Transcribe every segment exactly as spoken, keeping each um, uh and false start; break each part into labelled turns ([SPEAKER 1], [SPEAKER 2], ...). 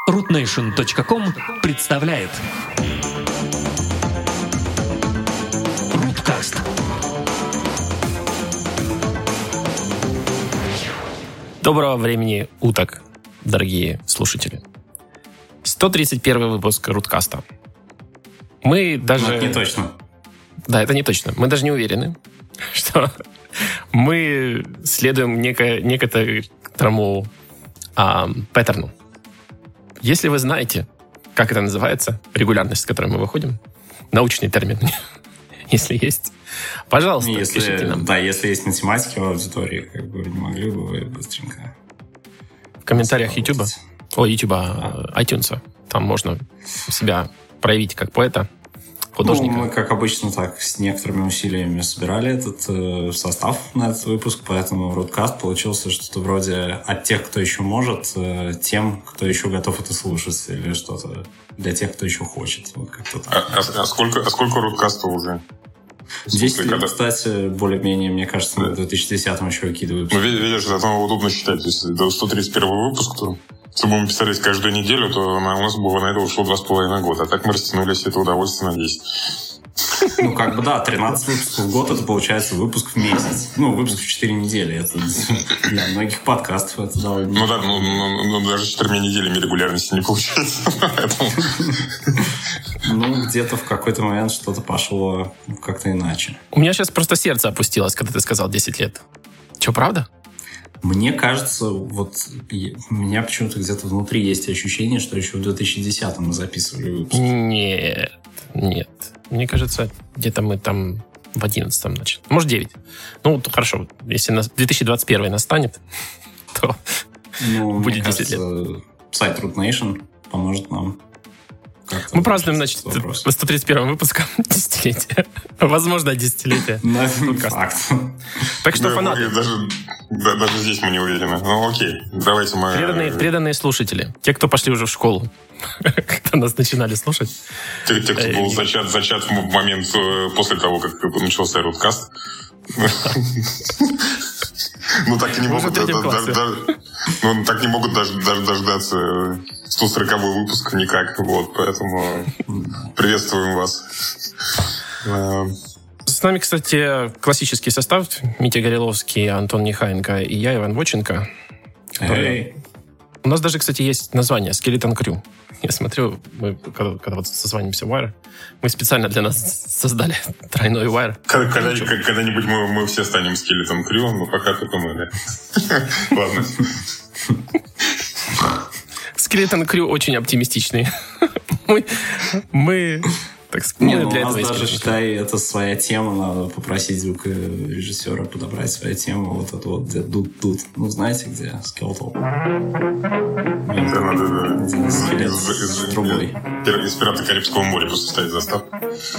[SPEAKER 1] рут нейшн точка ком представляет Руткаст.
[SPEAKER 2] Доброго времени уток, дорогие слушатели. сто тридцать первый выпуск Руткаста. Мы даже...
[SPEAKER 3] Но это не точно.
[SPEAKER 2] Да, это не точно. Мы даже не уверены, что мы следуем неко... некоторому а, паттерну. Если вы знаете, как это называется, регулярность, с которой мы выходим, научный термин, если есть, пожалуйста,
[SPEAKER 3] если,
[SPEAKER 2] пишите нам.
[SPEAKER 3] Да, если есть математики в аудитории, как бы не могли бы вы быстренько...
[SPEAKER 2] В комментариях YouTube, о, YouTube, да. iTunes, там можно себя проявить как поэта, художника.
[SPEAKER 3] Ну, мы, как обычно, так с некоторыми усилиями собирали этот э, состав на этот выпуск, поэтому Руткаст получился что-то вроде от тех, кто еще может, э, тем, кто еще готов это слушать, или что-то для тех, кто еще хочет. Вот как-то так.
[SPEAKER 4] А, а, а сколько, а сколько Руткаста уже?
[SPEAKER 3] десять лет, когда... кстати, более-менее, мне кажется, мы в две тысячи десятом еще выкидываем.
[SPEAKER 4] Ну, видишь, это удобно считать. Если до сто тридцать первого выпуска, то если бы мы писались каждую неделю, то на, у нас бы на это ушло два с половиной года. А так мы растянули все это удовольствие на десять.
[SPEAKER 3] Ну, как бы, да, тринадцать выпусков в год, это получается выпуск в месяц. Ну, выпуск в четыре недели. Это для многих подкастов это довольно...
[SPEAKER 4] Ну, да, ну, ну, ну даже четырьмя неделями регулярности не получается.
[SPEAKER 3] Ну, где-то в какой-то момент что-то пошло как-то иначе.
[SPEAKER 2] У меня сейчас просто сердце опустилось, когда ты сказал десять лет. Че, правда?
[SPEAKER 3] Мне кажется, вот у меня почему-то где-то внутри есть ощущение, что еще в две тысячи десятом мы записывали выпуск.
[SPEAKER 2] Нет, нет. Мне кажется, где-то мы там в одиннадцатом начали. Может, девять. Ну, то хорошо. Если две тысячи двадцать первый настанет, то
[SPEAKER 3] ну,
[SPEAKER 2] будет
[SPEAKER 3] мне
[SPEAKER 2] десять
[SPEAKER 3] кажется, лет. Сайт Root Nation поможет нам.
[SPEAKER 2] Мы празднуем, значит, сто тридцать первым выпуском десятилетия. Возможно, десятилетие.
[SPEAKER 3] Факт.
[SPEAKER 2] Так что фанаты.
[SPEAKER 4] Даже, да, даже здесь мы не уверены. Ну, окей. Давайте мы...
[SPEAKER 2] Преданные, преданные слушатели. Те, кто пошли уже в школу, когда нас начинали слушать.
[SPEAKER 4] Те, те кто был зачат, зачат в момент после того, как начался Руткаст. Ну, так и не могут ну, так не могут даже дождаться сто сороковой выпуск никак. Вот, поэтому приветствуем вас.
[SPEAKER 2] С нами, кстати, классический состав. Митя Гореловский, Антон Нехаенко и я, Иван Воченко.
[SPEAKER 3] Эй.
[SPEAKER 2] У нас даже, кстати, есть название Skeleton Crew. Я смотрю, мы когда, когда вот созванимся в Wire, мы специально для нас создали тройной Wire.
[SPEAKER 4] Когда, когда, когда-нибудь мы, мы все станем Skeleton Crew, но пока только мы, да. Ладно.
[SPEAKER 2] Skeleton Crew очень оптимистичный. мы... мы так сказать,
[SPEAKER 3] не, ну, для у нас даже, считай, это своя тема, надо попросить звукорежиссера подобрать свою тему, вот это вот, где тут-тут. Ну, знаете, где Скелетл?
[SPEAKER 4] Это надо, да.
[SPEAKER 3] Скелет с трубой.
[SPEAKER 4] Из «Пираты Карибского моря» просто ставить заставку.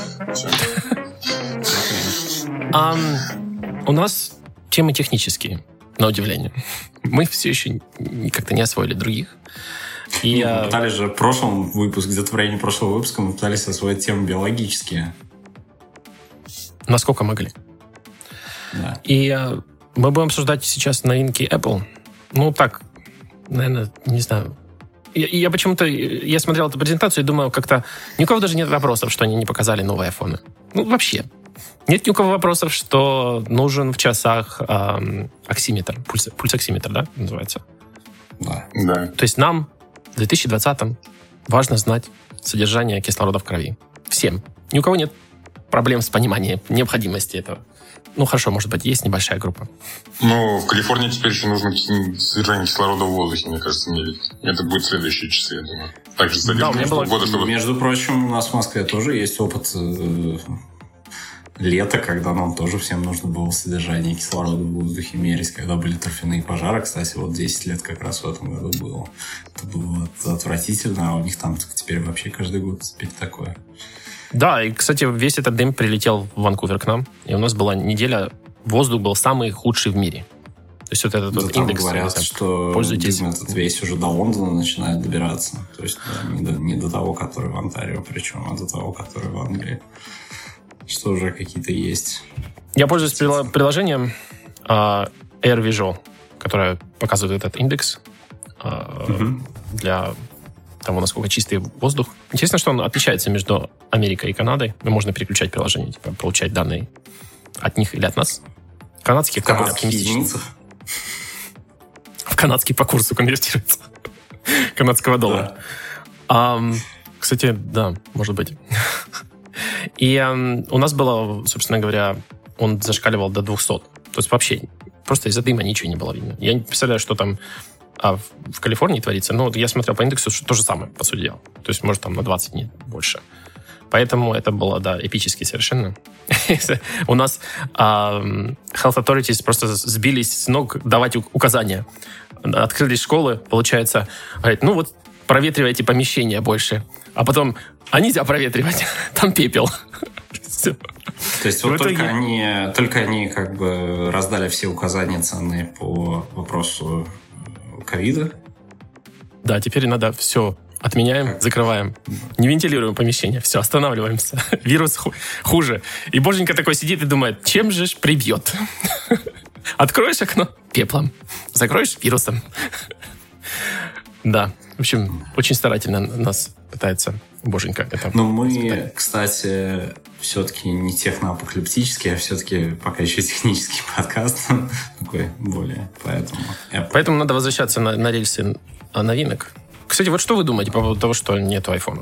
[SPEAKER 2] У нас темы технические, на удивление. Мы все еще как-то не освоили других.
[SPEAKER 3] И, ну, мы пытались же в прошлом выпуске, где-то в районе прошлого выпуска, мы пытались освоить темы биологические.
[SPEAKER 2] Насколько могли.
[SPEAKER 3] Да.
[SPEAKER 2] И а, мы будем обсуждать сейчас новинки Apple. Ну, так, наверное, не знаю. Я, я почему-то, я смотрел эту презентацию и думаю, как-то ни у кого даже нет вопросов, что они не показали новые айфоны. Ну, вообще. Нет ни у кого вопросов, что нужен в часах эм, оксиметр, пульс, пульсоксиметр, да, называется?
[SPEAKER 3] Да.
[SPEAKER 4] Да.
[SPEAKER 2] То есть нам в две тысячи двадцатом важно знать содержание кислорода в крови. Всем. Ни у кого нет проблем с пониманием необходимости этого. Ну, хорошо, может быть, есть небольшая группа.
[SPEAKER 4] Ну, в Калифорнии теперь еще нужно содержание кислорода в воздухе, мне кажется, мерить. Это будет следующие часы, я думаю. Также за
[SPEAKER 2] да, было...
[SPEAKER 4] года, чтобы...
[SPEAKER 3] Между прочим, у нас в Москве тоже есть опыт э, лета, когда нам тоже всем нужно было содержание кислорода в воздухе мерить, когда были торфяные пожары. Кстати, вот десять лет как раз в этом году было. Это было отвратительно, а у них там теперь вообще каждый год теперь такое.
[SPEAKER 2] Да, и, кстати, весь этот дым прилетел в Ванкувер к нам, и у нас была неделя, воздух был самый худший в мире. То есть вот этот
[SPEAKER 3] да,
[SPEAKER 2] вот
[SPEAKER 3] там
[SPEAKER 2] индекс...
[SPEAKER 3] говорят, там, что дым этот весь уже до Лондона начинает добираться. То есть да, не, до, не до того, который в Онтарио, причем, а до того, который в Англии. Что уже какие-то есть.
[SPEAKER 2] Я пользуюсь приложением uh, AirVisual, которое показывает этот индекс uh, угу. для того, насколько чистый воздух. Интересно, что он отличается между Америкой и Канадой. Можно переключать приложение, типа, получать данные от них или от нас. Канадские как более оптимистичны. В канадский по курсу конвертируется. Канадского доллара. Да. А, кстати, да, может быть. И а, у нас было, собственно говоря, он зашкаливал до двухсот. То есть вообще просто из-за дыма ничего не было видно. Я не представляю, что там а, в, в Калифорнии творится. Но я смотрел по индексу, что то же самое, по сути дела. То есть, может, там на двадцать дней больше. Поэтому это было, да, эпически совершенно. У нас uh, health authorities просто сбились с ног давать указания. Открылись школы, получается, говорят, ну вот проветривайте помещение больше. А потом, а нельзя проветривать, там пепел. Все.
[SPEAKER 3] То есть вот только они, только они как бы раздали все указания ценные по вопросу ковида.
[SPEAKER 2] Да, теперь надо все... Отменяем, закрываем. Не вентилируем помещение. Все, останавливаемся. Вирус ху- хуже. И боженька такой сидит и думает, чем же ж прибьет? Откроешь окно — пеплом. Закроешь — вирусом. Да. В общем, очень старательно нас пытается боженька это.
[SPEAKER 3] Но мы, испытать. Кстати, все-таки не техноапокалиптический, а все-таки пока еще технический подкаст. Такой более. Поэтому...
[SPEAKER 2] Поэтому надо возвращаться на, на рельсы новинок. Кстати, вот что вы думаете по поводу того, что нету айфонов?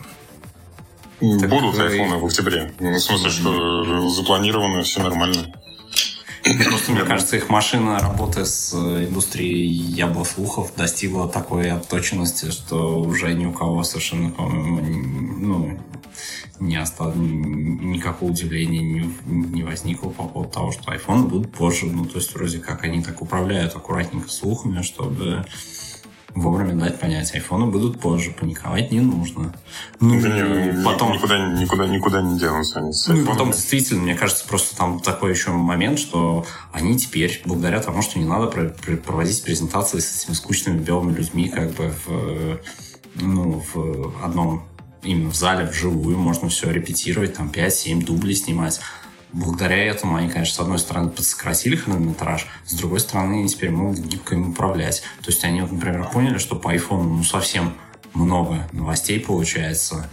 [SPEAKER 4] Будут так, айфоны в октябре. В смысле, что запланировано, все нормально.
[SPEAKER 3] Просто, мне кажется, их машина работы с индустрией яблослухов достигла такой отточенности, что уже ни у кого совершенно, по-моему, ну, не осталось, никакого удивления не, не возникло по поводу того, что айфоны будут позже. Ну, то есть, вроде как они так управляют аккуратненько слухами, чтобы... вовремя дать понять, айфоны будут позже, паниковать не нужно. Ну,
[SPEAKER 4] да не, потом никуда, никуда, никуда не денутся они с
[SPEAKER 3] ну, потом, действительно, мне кажется, просто там такой еще момент, что они теперь, благодаря тому, что не надо проводить презентации с этими скучными белыми людьми, как бы в, ну, в одном именно в зале, вживую, можно все репетировать, там пять-семь дублей снимать. Благодаря этому они, конечно, с одной стороны подсократили хронометраж, с другой стороны они теперь могут гибко им управлять. То есть они, вот, например, поняли, что по айфону ну, совсем много новостей получается,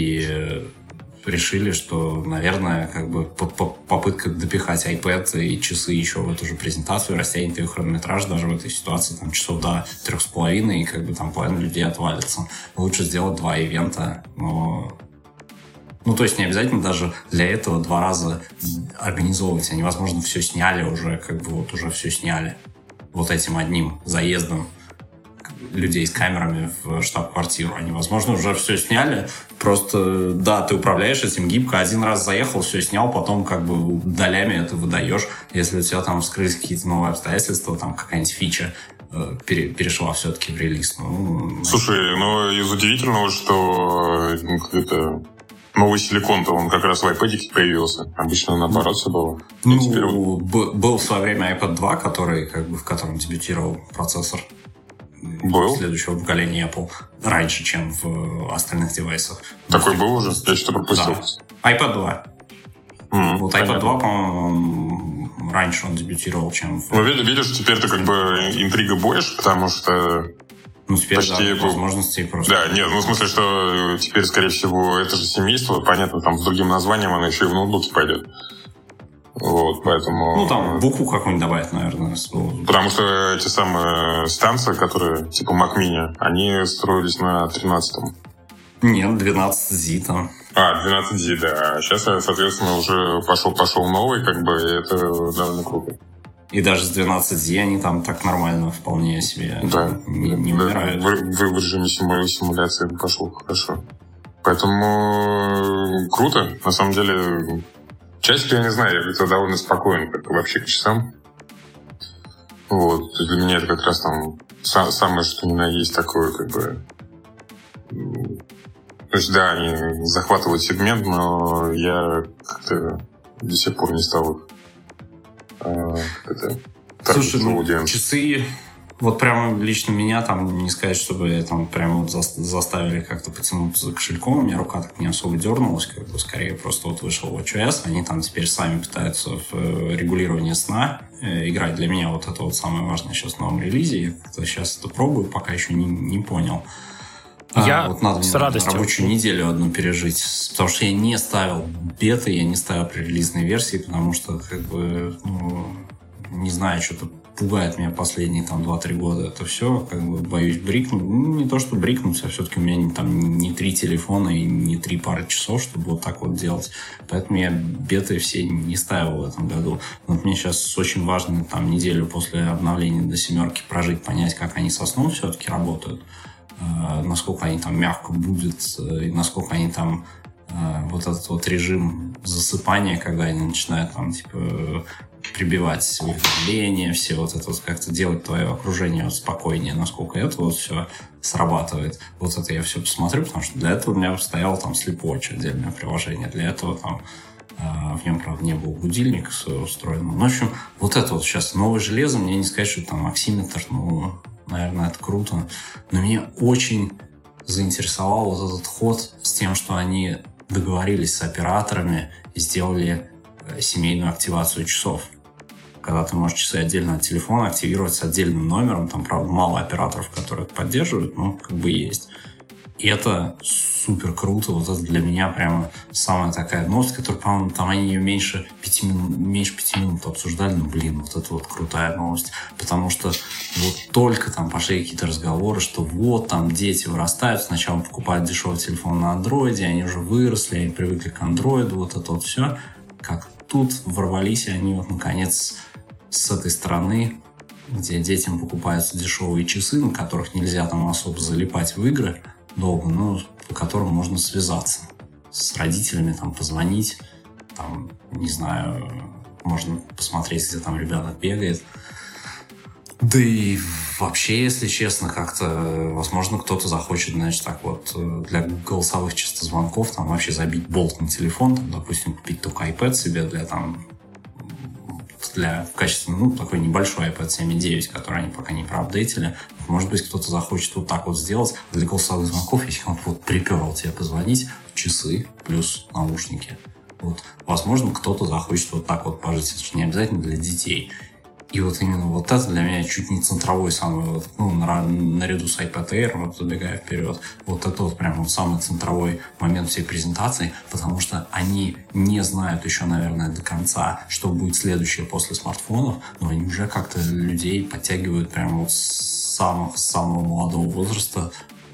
[SPEAKER 3] и решили, что, наверное, как бы попытка допихать iPad и часы еще в эту же презентацию растянет ее хронометраж даже в этой ситуации там, часов до трех с половиной, и как бы там половина людей отвалится. Лучше сделать два ивента, но... Ну, то есть не обязательно даже для этого два раза организовывать. Они, возможно, все сняли уже, как бы вот уже все сняли. Вот этим одним заездом людей с камерами в штаб-квартиру. Они, возможно, уже все сняли. Просто, да, ты управляешь этим гибко. Один раз заехал, все снял, потом как бы долями это выдаешь. Если у тебя там вскрылись какие-то новые обстоятельства, там какая-нибудь фича перешла все-таки в релиз. Ну,
[SPEAKER 4] слушай, ну из удивительного, что это... Новый силикон-то, он как раз в iPad появился. Обычно наоборот все было.
[SPEAKER 3] Ну,
[SPEAKER 4] теперь...
[SPEAKER 3] был в свое время iPad два, который, как бы, в котором дебютировал процессор
[SPEAKER 4] был?
[SPEAKER 3] Следующего поколения Apple раньше, чем в остальных девайсах.
[SPEAKER 4] Такой был уже? Я что-то пропустил.
[SPEAKER 3] Да. iPad два. Mm, вот
[SPEAKER 4] понятно.
[SPEAKER 3] iPad два, по-моему, раньше он дебютировал, чем в...
[SPEAKER 4] Ну, видишь, теперь-то как бы интрига больше, потому что...
[SPEAKER 3] Ну, теперь,
[SPEAKER 4] почти
[SPEAKER 3] да, возможностей просто...
[SPEAKER 4] Да, нет, ну, в смысле, что теперь, скорее всего, это же семейство, понятно, там, с другим названием оно еще и в ноутбуке пойдет. Вот, поэтому...
[SPEAKER 3] Ну, там, букву какую-нибудь добавить, наверное.
[SPEAKER 4] Потому что эти самые станции, которые, типа Mac Mini, они строились на тринадцатом.
[SPEAKER 3] Нет, двенадцать зи там.
[SPEAKER 4] А, двенадцать зи, да. Сейчас, соответственно, уже пошел, пошел новый, как бы, и это довольно круто.
[SPEAKER 3] И даже с двенадцать зи они там так нормально вполне себе
[SPEAKER 4] да,
[SPEAKER 3] не, не
[SPEAKER 4] да,
[SPEAKER 3] умирают.
[SPEAKER 4] В, в, в режиме симуляции пошел хорошо. Поэтому круто. На самом деле, часик, я не знаю, я где-то довольно спокоен как вообще к часам. Вот. Для меня это как раз там самое, что ни на есть такое, как бы... То есть, да, они захватывают сегмент, но я как-то до сих пор не стал их это,
[SPEAKER 3] слушай, ну, часы, вот прямо лично меня там, не сказать, чтобы там прямо вот заставили как-то потянуться за кошельком, у меня рука так не особо дернулась, как бы скорее просто вот вышел watchOS, они там теперь сами пытаются в регулирование сна э, играть. Для меня вот это вот самое важное сейчас в новом релизе, я как-то сейчас это пробую, пока еще не, не понял.
[SPEAKER 2] Я
[SPEAKER 3] а, вот надо
[SPEAKER 2] с
[SPEAKER 3] мне
[SPEAKER 2] радостью.
[SPEAKER 3] рабочую неделю одну пережить, потому что я не ставил беты, я не ставил пререлизные версии, потому что, как бы, ну, не знаю, что-то пугает меня последние там два-три года. Это все, как бы, боюсь брикнуть. Ну, не то, что брикнуться, а все-таки у меня там не три телефона и не три пары часов, чтобы вот так вот делать. Поэтому я беты все не ставил в этом году. Вот мне сейчас очень важно там неделю после обновления до семерки прожить, понять, как они со сном все-таки работают, э, насколько они там мягко будут, э, и насколько они там э, вот этот вот режим засыпания, когда они начинают там, типа, прибивать уведомления, все вот это вот как-то делать твое окружение вот спокойнее, насколько это вот все срабатывает. Вот это я все посмотрю, потому что для этого у меня стояло там Sleepwatch, отдельное приложение. Для этого там э, в нем, правда, не было будильника своего устроенного. Ну, в общем, вот это вот сейчас новое железо, мне не сказать, что там оксиметр, ну, наверное, это круто. Но меня очень заинтересовал вот этот ход с тем, что они договорились с операторами и сделали семейную активацию часов. Когда ты можешь часы отдельно от телефона активировать с отдельным номером. Там, правда, мало операторов, которые это поддерживают, но как бы есть. И это супер круто. Вот это для меня прямо самая такая новость, которая, по-моему, там они ее меньше пяти минут, меньше пяти минут обсуждали. Ну, блин, вот это вот крутая новость. Потому что вот только там пошли какие-то разговоры, что вот там дети вырастают, сначала покупают дешевый телефон на андроиде, они уже выросли, они привыкли к андроиду, вот это вот все. Как тут ворвались они вот наконец с этой стороны, где детям покупаются дешевые часы, на которых нельзя там особо залипать в игры долго, но по которым можно связаться с родителями, там позвонить, там, не знаю, можно посмотреть, где там ребенок бегает. Да и вообще, если честно, как-то, возможно, кто-то захочет, значит, так вот, для голосовых чисто звонков там вообще забить болт на телефон, там, допустим, купить только iPad себе для там, для в качестве, ну, такой небольшой айпэд семь и девять, который они пока не проапдейтили. Может быть, кто-то захочет вот так вот сделать. Для голосовых звонков, если он вот приперл тебе позвонить, часы плюс наушники. Вот, возможно, кто-то захочет вот так вот пожить. Это же не обязательно для детей. И вот именно вот это для меня чуть не центровой самый, вот, ну, наряду с iPad Air, вот забегая вперед, вот это вот прям вот самый центровой момент всей презентации, потому что они не знают еще, наверное, до конца, что будет следующее после смартфонов, но они уже как-то людей подтягивают прям вот с самого, с самого молодого возраста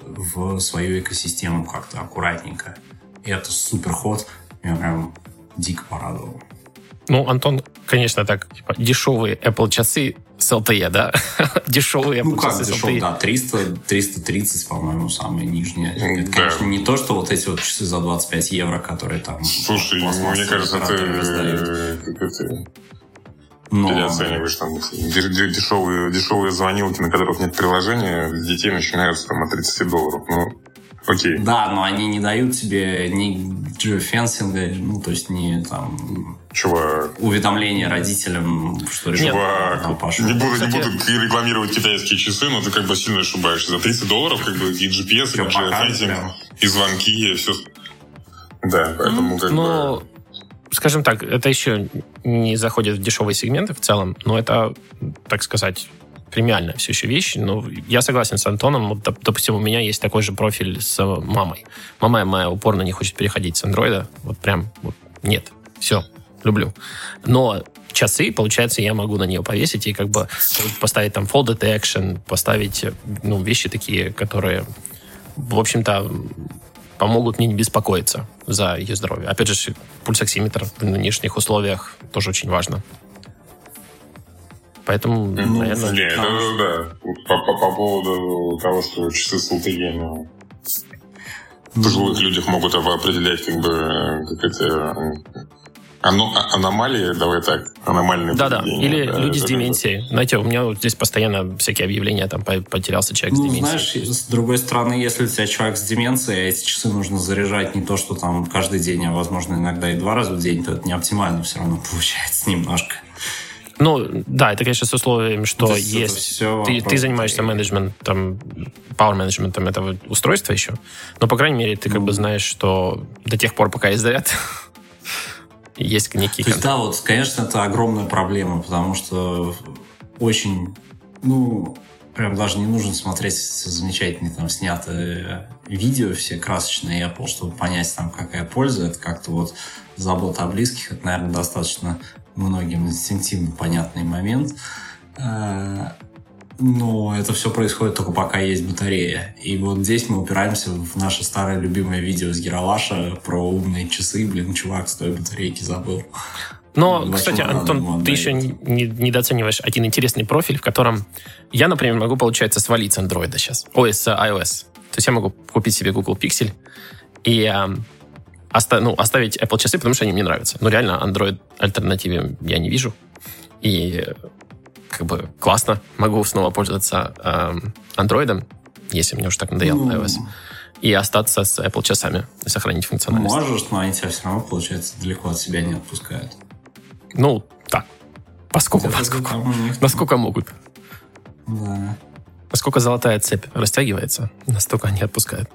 [SPEAKER 3] в свою экосистему как-то аккуратненько. И это супер ход, меня прям дико порадовал.
[SPEAKER 2] Ну, Антон, конечно, так, типа, дешевые Apple часы с эл ти и, да? Дешевые Apple
[SPEAKER 3] ну, как
[SPEAKER 2] часы с
[SPEAKER 3] дешевые,
[SPEAKER 2] эл ти и.
[SPEAKER 3] да, триста, триста тридцать, по-моему, самые нижние.
[SPEAKER 4] Да.
[SPEAKER 3] Это, конечно, не то, что вот эти вот часы за двадцать пять евро, которые там...
[SPEAKER 4] Слушай, мне кажется, ты как это,
[SPEAKER 3] Но...
[SPEAKER 4] переоцениваешь там дешевые, дешевые звонилки, на которых нет приложения, для детей начинаются там от тридцать долларов. Ну, окей.
[SPEAKER 3] Да, но они не дают тебе ни джиофенсинга, ну, то есть не там...
[SPEAKER 4] Чувак.
[SPEAKER 3] Уведомления родителям, что ребенок
[SPEAKER 4] Чувак,
[SPEAKER 3] пошел.
[SPEAKER 4] не буду,
[SPEAKER 2] Кстати,
[SPEAKER 4] не буду рекламировать китайские часы, но ты как бы сильно ошибаешься. За тридцать долларов как бы и джи пи эс, и джиофенсинг, и звонки, и все. Да, поэтому как
[SPEAKER 2] ну,
[SPEAKER 4] бы...
[SPEAKER 2] скажем так, это еще не заходит в дешевые сегменты в целом, но это, так сказать, премиальная все еще вещь. Но я согласен с Антоном. Вот, допустим, у меня есть такой же профиль с мамой. Мама моя упорно не хочет переходить с андроида. Вот прям вот, нет. Все, люблю. Но часы, получается, я могу на нее повесить и как бы поставить там fall detection, поставить, ну, вещи такие, которые, в общем-то, помогут мне не беспокоиться за ее здоровье. Опять же, пульсоксиметр в нынешних условиях тоже очень важно. Поэтому,
[SPEAKER 4] ну,
[SPEAKER 2] наверное...
[SPEAKER 4] Не, это, да. По, по, по поводу того, что часы с эл ти и, ну, в пожилых людях могут определять как бы как это... Ано, аномалии, давай так, аномальные
[SPEAKER 2] Да-да, или
[SPEAKER 4] да,
[SPEAKER 2] люди
[SPEAKER 4] это,
[SPEAKER 2] с дементией. Это... Знаете, у меня вот здесь постоянно всякие объявления, там потерялся человек
[SPEAKER 3] ну,
[SPEAKER 2] с дементией.
[SPEAKER 3] Знаешь, с другой стороны, если у тебя человек с деменцией, а эти часы нужно заряжать не то, что там каждый день, а, возможно, иногда и два раза в день, то это не оптимально все равно получается немножко.
[SPEAKER 2] Ну, да, это, конечно, с условием, что
[SPEAKER 3] то
[SPEAKER 2] есть...
[SPEAKER 3] есть все
[SPEAKER 2] ты, ты занимаешься менеджментом, пауэр-менеджментом этого устройства еще, но, по крайней мере, ты как mm. бы знаешь, что до тех пор, пока есть заряд... Есть некий...
[SPEAKER 3] То есть, да, вот, конечно, это огромная проблема, потому что очень, ну, прям даже не нужно смотреть замечательные там снятые видео все красочные Apple, чтобы понять, там, какая польза. Это как-то вот забота о близких. Это, наверное, достаточно многим инстинктивно понятный момент. Но это все происходит только пока есть батарея. И вот здесь мы упираемся в наше старое любимое видео с Героваша про умные часы. Блин, чувак с той батарейки забыл.
[SPEAKER 2] Но, ну, кстати, Антон, ты еще не, недооцениваешь один интересный профиль, в котором я, например, могу, получается, свалить с андроида сейчас. Ой, с iOS. То есть я могу купить себе Google Pixel и э, оста- ну, оставить Apple часы, потому что они мне нравятся. Но реально Android альтернативы я не вижу. И как бы классно. Могу снова пользоваться э, Android, если мне уже так надоел mm. iOS. И остаться с Apple часами и сохранить функциональность.
[SPEAKER 3] Можешь, но они тебя все равно, получается, далеко от себя не отпускают.
[SPEAKER 2] Ну, да. Поскольку, да, поскольку. Насколько могут.
[SPEAKER 3] Да.
[SPEAKER 2] Насколько золотая цепь растягивается, настолько они отпускают.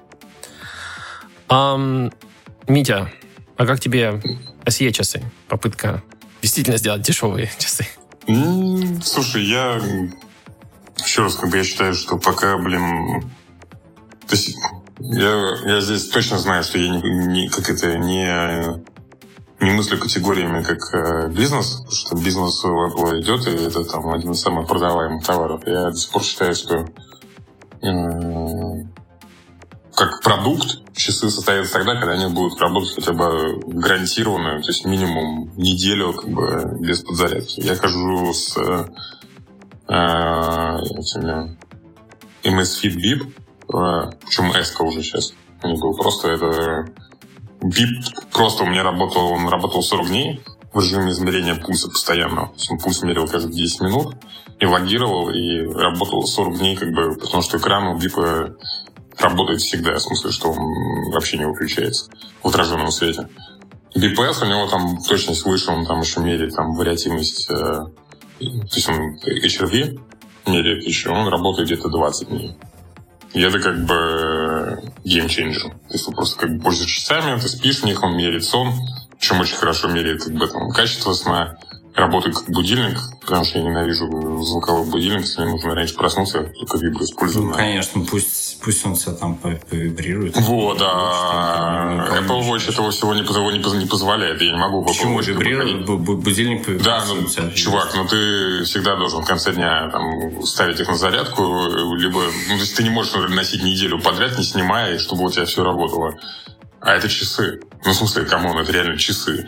[SPEAKER 2] Um, Митя, а как тебе эс и часы? Попытка действительно сделать дешевые часы.
[SPEAKER 4] Mm, слушай, я еще раз, как бы я считаю, что пока, блин... То есть я, я здесь точно знаю, что я не, не, как это, не, не мыслю категориями как э, бизнес, потому что бизнес у Apple идет, и это там один из самых продаваемых товаров. Я до сих пор считаю, что э, как продукт часы состоятся тогда, когда они будут работать хотя бы гарантированно, то есть минимум неделю как бы без подзарядки. Я хожу с э, этими эм эс Fit Bip, причем S-ка уже сейчас. Не был просто это... Бип просто у меня работал, он работал сорок дней в режиме измерения пульса постоянно. То есть он пульс мерил каждые десять минут и логировал, и работал сорок дней, как бы, потому что экран у бипа работает всегда, в смысле, что он вообще не выключается в отраженном свете. би пи эс, у него там точность выше, он там еще меряет там вариативность, э, то есть он эйч ар ви меряет еще, он работает где-то двадцать дней. И это как бы геймчейнджер. То есть вы просто как бы пользуешься часами, ты спишь в них, он меряет сон, причем очень хорошо меряет как бы там качество сна, работает как будильник, потому что я ненавижу звуковой будильник, если мне нужно раньше проснуться, я только вибру использую.
[SPEAKER 3] Ну, конечно, пусть, пусть он себя там повибрирует.
[SPEAKER 4] Вот, да. Apple Watch этого всего не, не, не позволяет, я не могу в
[SPEAKER 3] Apple Watch вибрирует? Будильник повибрирует?
[SPEAKER 4] Да, ну, чувак, ну ты всегда должен в конце дня там, ставить их на зарядку, либо, ну, то есть ты не можешь носить неделю подряд, не снимая, чтобы у тебя все работало. А это часы. Ну, в смысле, камон, это реально часы.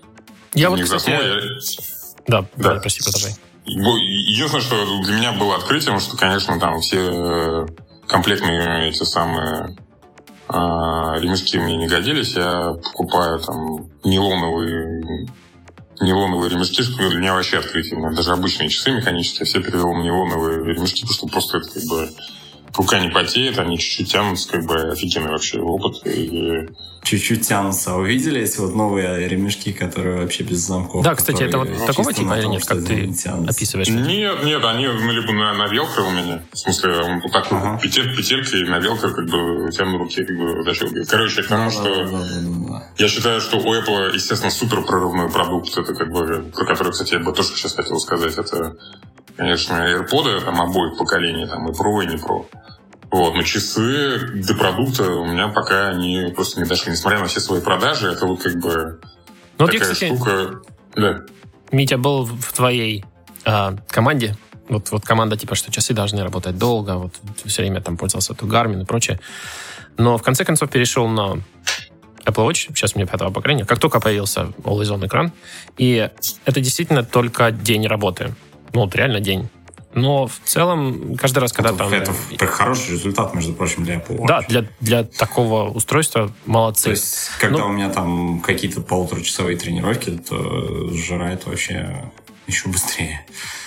[SPEAKER 2] Я вот, кстати... Я... Да, да, прости, продолжай.
[SPEAKER 4] Единственное, что для меня было открытием, что, конечно, там все комплектные эти самые э, ремешки мне не годились. Я покупаю там нейлоновые, нейлоновые ремешки, что для меня вообще открытие. Даже обычные часы механические, все перевел на нейлоновые ремешки, потому что просто это как бы рука не потеет, они чуть-чуть тянутся, как бы офигенный вообще опыт. И...
[SPEAKER 3] Чуть-чуть тянутся. А вы видели эти вот новые ремешки, которые вообще без замков?
[SPEAKER 2] Да, кстати, это вот такого типа или нет, как ты описываешь?
[SPEAKER 4] Нет, нет, они ну, либо на, на велкро у меня. В смысле, он вот так ага. вот петель, петелька и на велкро как бы у тебя на руке как бы защелкивает. Короче, к тому, да, что да, да, да, да. Я считаю, что у Apple, естественно, супер прорывной продукт. Это как бы, про который, кстати, я бы тоже сейчас хотел сказать. Это, конечно, AirPods там обоих поколений, там и Pro, и не Pro. Вот, но часы до продукта у меня пока они просто не дошли. Несмотря на все свои продажи, это вот как бы ну, такая я, кстати, штука... Да.
[SPEAKER 2] Митя был в твоей э, команде. Вот, вот команда типа, что часы должны работать долго. Вот все время там пользовался то Garmin и прочее. Но в конце концов перешел на Apple Watch. Сейчас у меня пятого поколения. Как только появился Always On экран. И это действительно только день работы. Ну, вот реально день. Но в целом, каждый раз, когда
[SPEAKER 3] это,
[SPEAKER 2] там...
[SPEAKER 3] Это да, хороший результат, между прочим, для Apple Watch.
[SPEAKER 2] Да, для, для такого устройства молодцы.
[SPEAKER 3] То есть, когда ну, у меня там какие-то полуторачасовые тренировки, то сжирает вообще еще быстрее.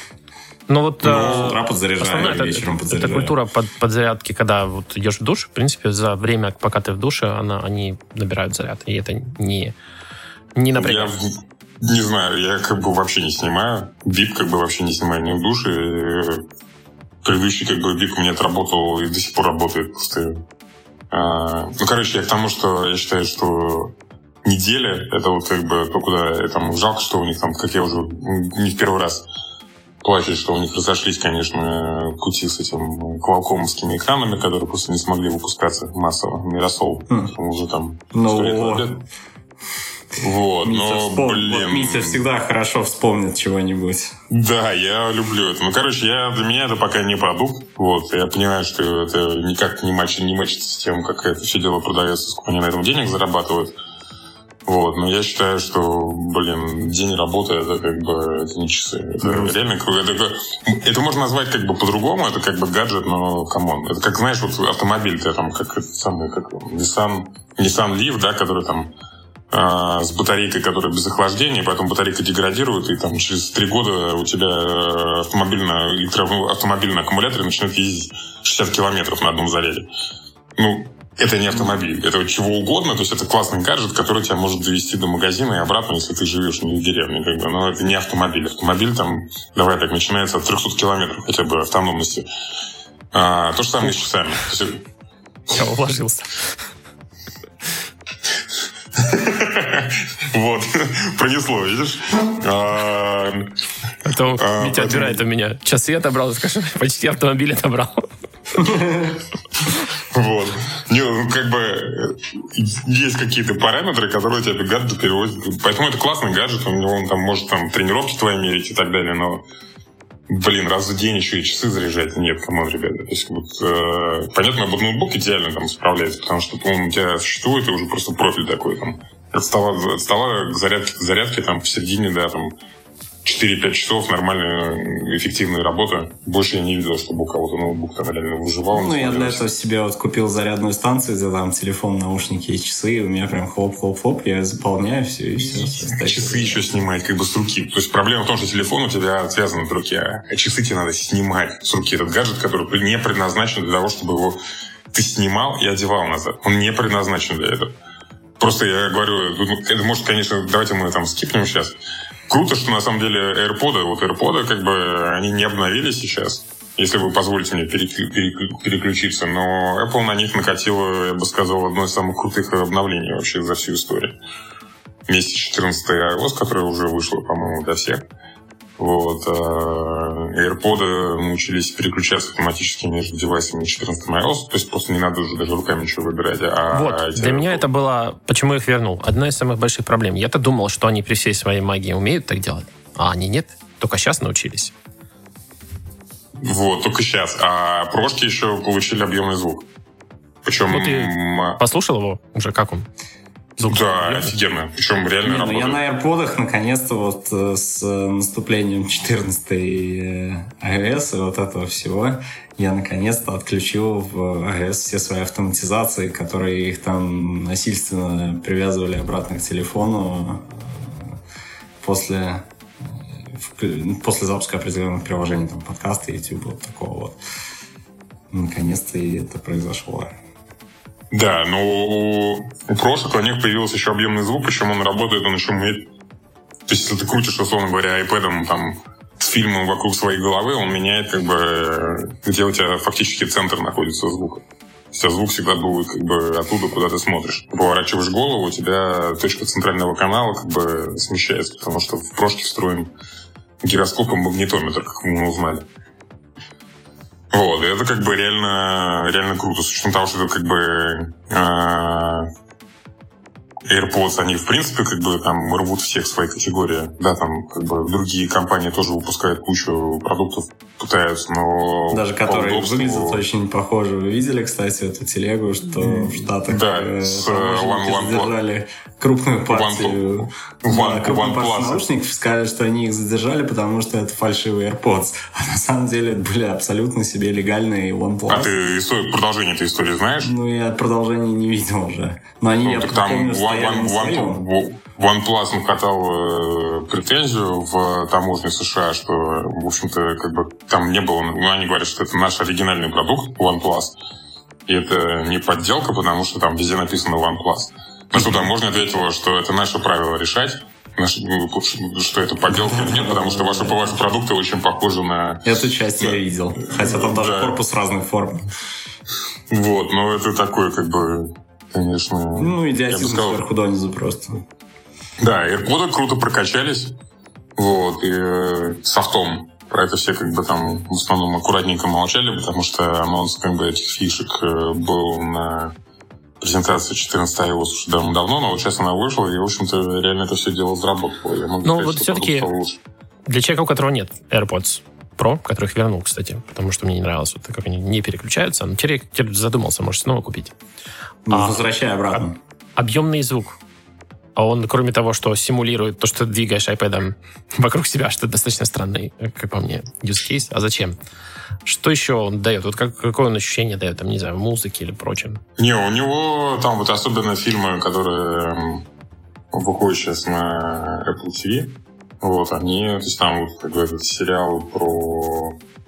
[SPEAKER 2] Ну вот...
[SPEAKER 3] Ну, утра подзаряжаю,
[SPEAKER 2] это,
[SPEAKER 3] вечером
[SPEAKER 2] это,
[SPEAKER 3] подзаряжаю.
[SPEAKER 2] Это культура под, подзарядки, когда вот идешь в душ, в принципе, за время, пока ты в душе, она, они набирают заряд. И это не, не напрягает.
[SPEAKER 4] Не знаю, я как бы вообще не снимаю. Бип как бы вообще не снимаю ни в душе. Предыдущий как бы бип у меня отработал и до сих пор работает просто. А, ну, короче, я к тому, что я считаю, что неделя, это вот как бы то, куда там жалко, что у них там, как я уже не в первый раз плачут, что у них разошлись, конечно, пути с этим квалкомовскими экранами, которые просто не смогли выпускаться массово. Миросол. Mm. Уже там
[SPEAKER 3] ну,
[SPEAKER 4] сто лет назад. Вот,
[SPEAKER 3] Митя
[SPEAKER 4] но,
[SPEAKER 3] вспом...
[SPEAKER 4] блин...
[SPEAKER 3] Вот Митя всегда хорошо вспомнит чего-нибудь.
[SPEAKER 4] Да, я люблю это. Ну, короче, я, для меня это пока не продукт. Вот, я понимаю, что это никак не матчится, не матчится с тем, как это все дело продается, сколько они на этом денег зарабатывают. Вот, но я считаю, что, блин, день работы, это как бы, это не часы. Это mm-hmm. реально, это, это можно назвать как бы по-другому, это как бы гаджет, но камон. Это как, знаешь, вот автомобиль, ты там, как это самый, как Nissan, Nissan Leaf, да, который там с батарейкой, которая без охлаждения, поэтому батарейка деградирует, и там через три года у тебя автомобильный, электро... автомобильный аккумулятор начнет ездить шестьдесят километров на одном заряде. Ну, это не автомобиль, это чего угодно, то есть это классный гаджет, который тебя может довести до магазина и обратно, если ты живешь не в деревне, как бы. Но это не автомобиль. Автомобиль там, давай так, начинается от трехсот километров хотя бы автономности. А, то же самое с часами.
[SPEAKER 2] Я уложился.
[SPEAKER 4] Вот, пронесло, видишь? А
[SPEAKER 2] то Митя отбирает у меня. Часы отобрал, скажи, почти автомобиль отобрал.
[SPEAKER 4] Вот. Ну, как бы есть какие-то параметры, которые тебе гаджет переводят. Поэтому это классный гаджет, он там может там тренировки твои мерить и так далее, но блин, раз в день еще и часы заряжать. Нет, камон, ребята. То есть, вот, э, понятно, вот ноутбук идеально там справляется, потому что он у тебя существует, и уже просто профиль такой там. От стола, от стола к зарядке, к зарядке там посередине, да, там четыре-пять часов нормальная, эффективная работа. Больше я не видел, чтобы у кого-то ноутбук там реально выживал.
[SPEAKER 3] Ну, я для этого себе вот купил зарядную станцию, где там телефон, наушники и часы, и у меня прям хлоп-хлоп-хлоп, я заполняю все, и все.
[SPEAKER 4] И часы еще снимать как бы с руки. То есть проблема в том, что телефон у тебя связан от руки, а часы тебе надо снимать с руки. Этот гаджет, который не предназначен для того, чтобы его ты снимал и одевал назад. Он не предназначен для этого. Просто я говорю, это может, конечно, давайте мы там скипнем сейчас. Круто, что на самом деле AirPods, вот AirPods, как бы, они не обновились сейчас, если вы позволите мне переключиться, но Apple на них накатила, я бы сказал, одно из самых крутых обновлений вообще за всю историю. Вместе с четырнадцатой iOS, которая уже вышла, по-моему, для всех. Вот. AirPods научились переключаться автоматически между девайсами четырнадцатым iOS, то есть просто не надо уже даже руками ничего выбирать. А
[SPEAKER 2] вот, для меня это было... Почему я их вернул? Одна из самых больших проблем. Я-то думал, что они при всей своей магии умеют так делать, а они нет. Только сейчас научились.
[SPEAKER 4] Вот, только сейчас. А прошки еще получили объемный звук. Причем...
[SPEAKER 2] Вот ты послушал его уже? Как он?
[SPEAKER 4] Звук да, реально? Офигенно. Причем реально не, работает.
[SPEAKER 3] Я на AirPod'ах наконец-то вот с наступлением четырнадцатой iOS и вот этого всего я наконец-то отключил в iOS все свои автоматизации, которые их там насильственно привязывали обратно к телефону после, после запуска определенных приложений, там подкасты, YouTube, вот такого вот. Наконец-то и это произошло.
[SPEAKER 4] Да, но у, у прошек у них появился еще объемный звук, причем он работает, он еще умеет. То есть, если ты крутишь, условно говоря, iPad'ом там, с фильмом вокруг своей головы, он меняет, как бы, где у тебя фактически центр находится звука. То есть, а звук всегда будет как бы оттуда, куда ты смотришь. Ты поворачиваешь голову, у тебя точка центрального канала как бы смещается, потому что в прошке встроен гироскоп и магнитометр, как мы узнали. Вот, и это как бы реально, реально круто, с учетом того, что это как бы э, AirPods, они в принципе как бы там рвут всех в своей категории. Да, там как бы другие компании тоже выпускают кучу продуктов, пытаются, но...
[SPEAKER 3] Даже которые выглядят очень похоже. Вы видели, кстати, эту телегу, что в Штатах
[SPEAKER 4] да, с
[SPEAKER 3] наушники задержали крупную партию
[SPEAKER 4] One,
[SPEAKER 3] да, крупную
[SPEAKER 4] One
[SPEAKER 3] партию наушников, сказали, что они их задержали, потому что это фальшивые AirPods. А на самом деле это были абсолютно себе легальные OnePlus.
[SPEAKER 4] А ты историю, продолжение этой истории знаешь?
[SPEAKER 3] Ну, я продолжения не видел уже. Но они,
[SPEAKER 4] ну,
[SPEAKER 3] я
[SPEAKER 4] так
[SPEAKER 3] помню,
[SPEAKER 4] там
[SPEAKER 3] стояли на своем.
[SPEAKER 4] OnePlus накатал э, претензию в таможне США, что, в общем-то, как бы там не было... Ну, они говорят, что это наш оригинальный продукт OnePlus. И это не подделка, потому что там везде написано OnePlus. На что таможня ответила, что это наше правило решать, что это подделка или нет, потому что ваши, ваши продукты очень похожи на...
[SPEAKER 3] Эту часть я видел. Хотя там даже да. корпус разных форм.
[SPEAKER 4] Вот, но это такое, как бы, конечно...
[SPEAKER 3] Ну, идиотизм сказал... сверху донизу просто.
[SPEAKER 4] Да, AirPods круто прокачались. Вот, и э, софтом про это все как бы там в основном аккуратненько молчали, потому что анонс как бы этих фишек был на презентации четырнадцать iOS уже давно, но вот сейчас она вышла, и, в общем-то, реально это все дело заработало. Я могу
[SPEAKER 2] ну,
[SPEAKER 4] сказать,
[SPEAKER 2] вот все-таки для человека, у которого нет AirPods Pro, которых вернул, кстати, потому что мне не нравилось, вот, как они не переключаются, но теперь, теперь задумался, может, снова купить.
[SPEAKER 3] Ну, возвращай обратно.
[SPEAKER 2] А, объемный звук. А он, кроме того, что симулирует то, что ты двигаешь iPad'ом вокруг себя, что достаточно странный, как по мне, use case. А зачем? Что еще он дает? Вот как, какое он ощущение дает, там, не знаю, в музыке или прочем?
[SPEAKER 4] Не, у него там вот особенно фильмы, которые выходят сейчас на Apple ти ви, вот, они, то есть там вот, как бы, этот сериал про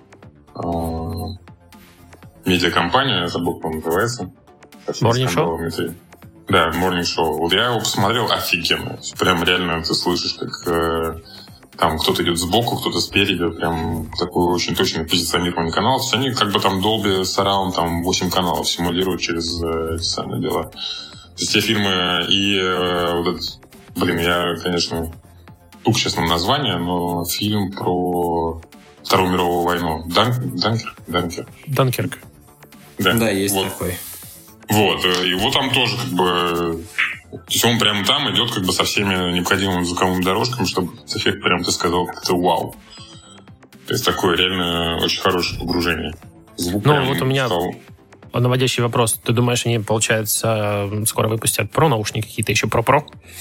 [SPEAKER 4] э, медиакомпанию, я забыл, как он называется.
[SPEAKER 2] Morning Show?
[SPEAKER 4] Да, Morning Show. Вот я его посмотрел, офигенно. Прям реально ты слышишь, как э, там кто-то идет сбоку, кто-то спереди. Прям такой очень точный позиционированный канал. То есть они как бы там Dolby Surround, там восемь каналов симулируют через э, эти самые дела. То есть те фильмы и э, вот этот... Блин, я, конечно, тук сейчас на название, но фильм про Вторую мировую войну. Дан... Данкер? Данкер.
[SPEAKER 2] Данкерк.
[SPEAKER 3] Да, да, есть
[SPEAKER 4] вот.
[SPEAKER 3] такой.
[SPEAKER 4] Вот, его там тоже как бы... То есть он прям там идет как бы со всеми необходимыми звуковыми дорожками, чтобы эффект прям, ты сказал, как-то вау. То есть такое реально очень хорошее погружение. Звук
[SPEAKER 2] ну,
[SPEAKER 4] прям
[SPEAKER 2] вот у меня
[SPEAKER 4] стал...
[SPEAKER 2] наводящий вопрос. Ты думаешь, они, получается, скоро выпустят Pro наушники какие-то еще Pro-Pro?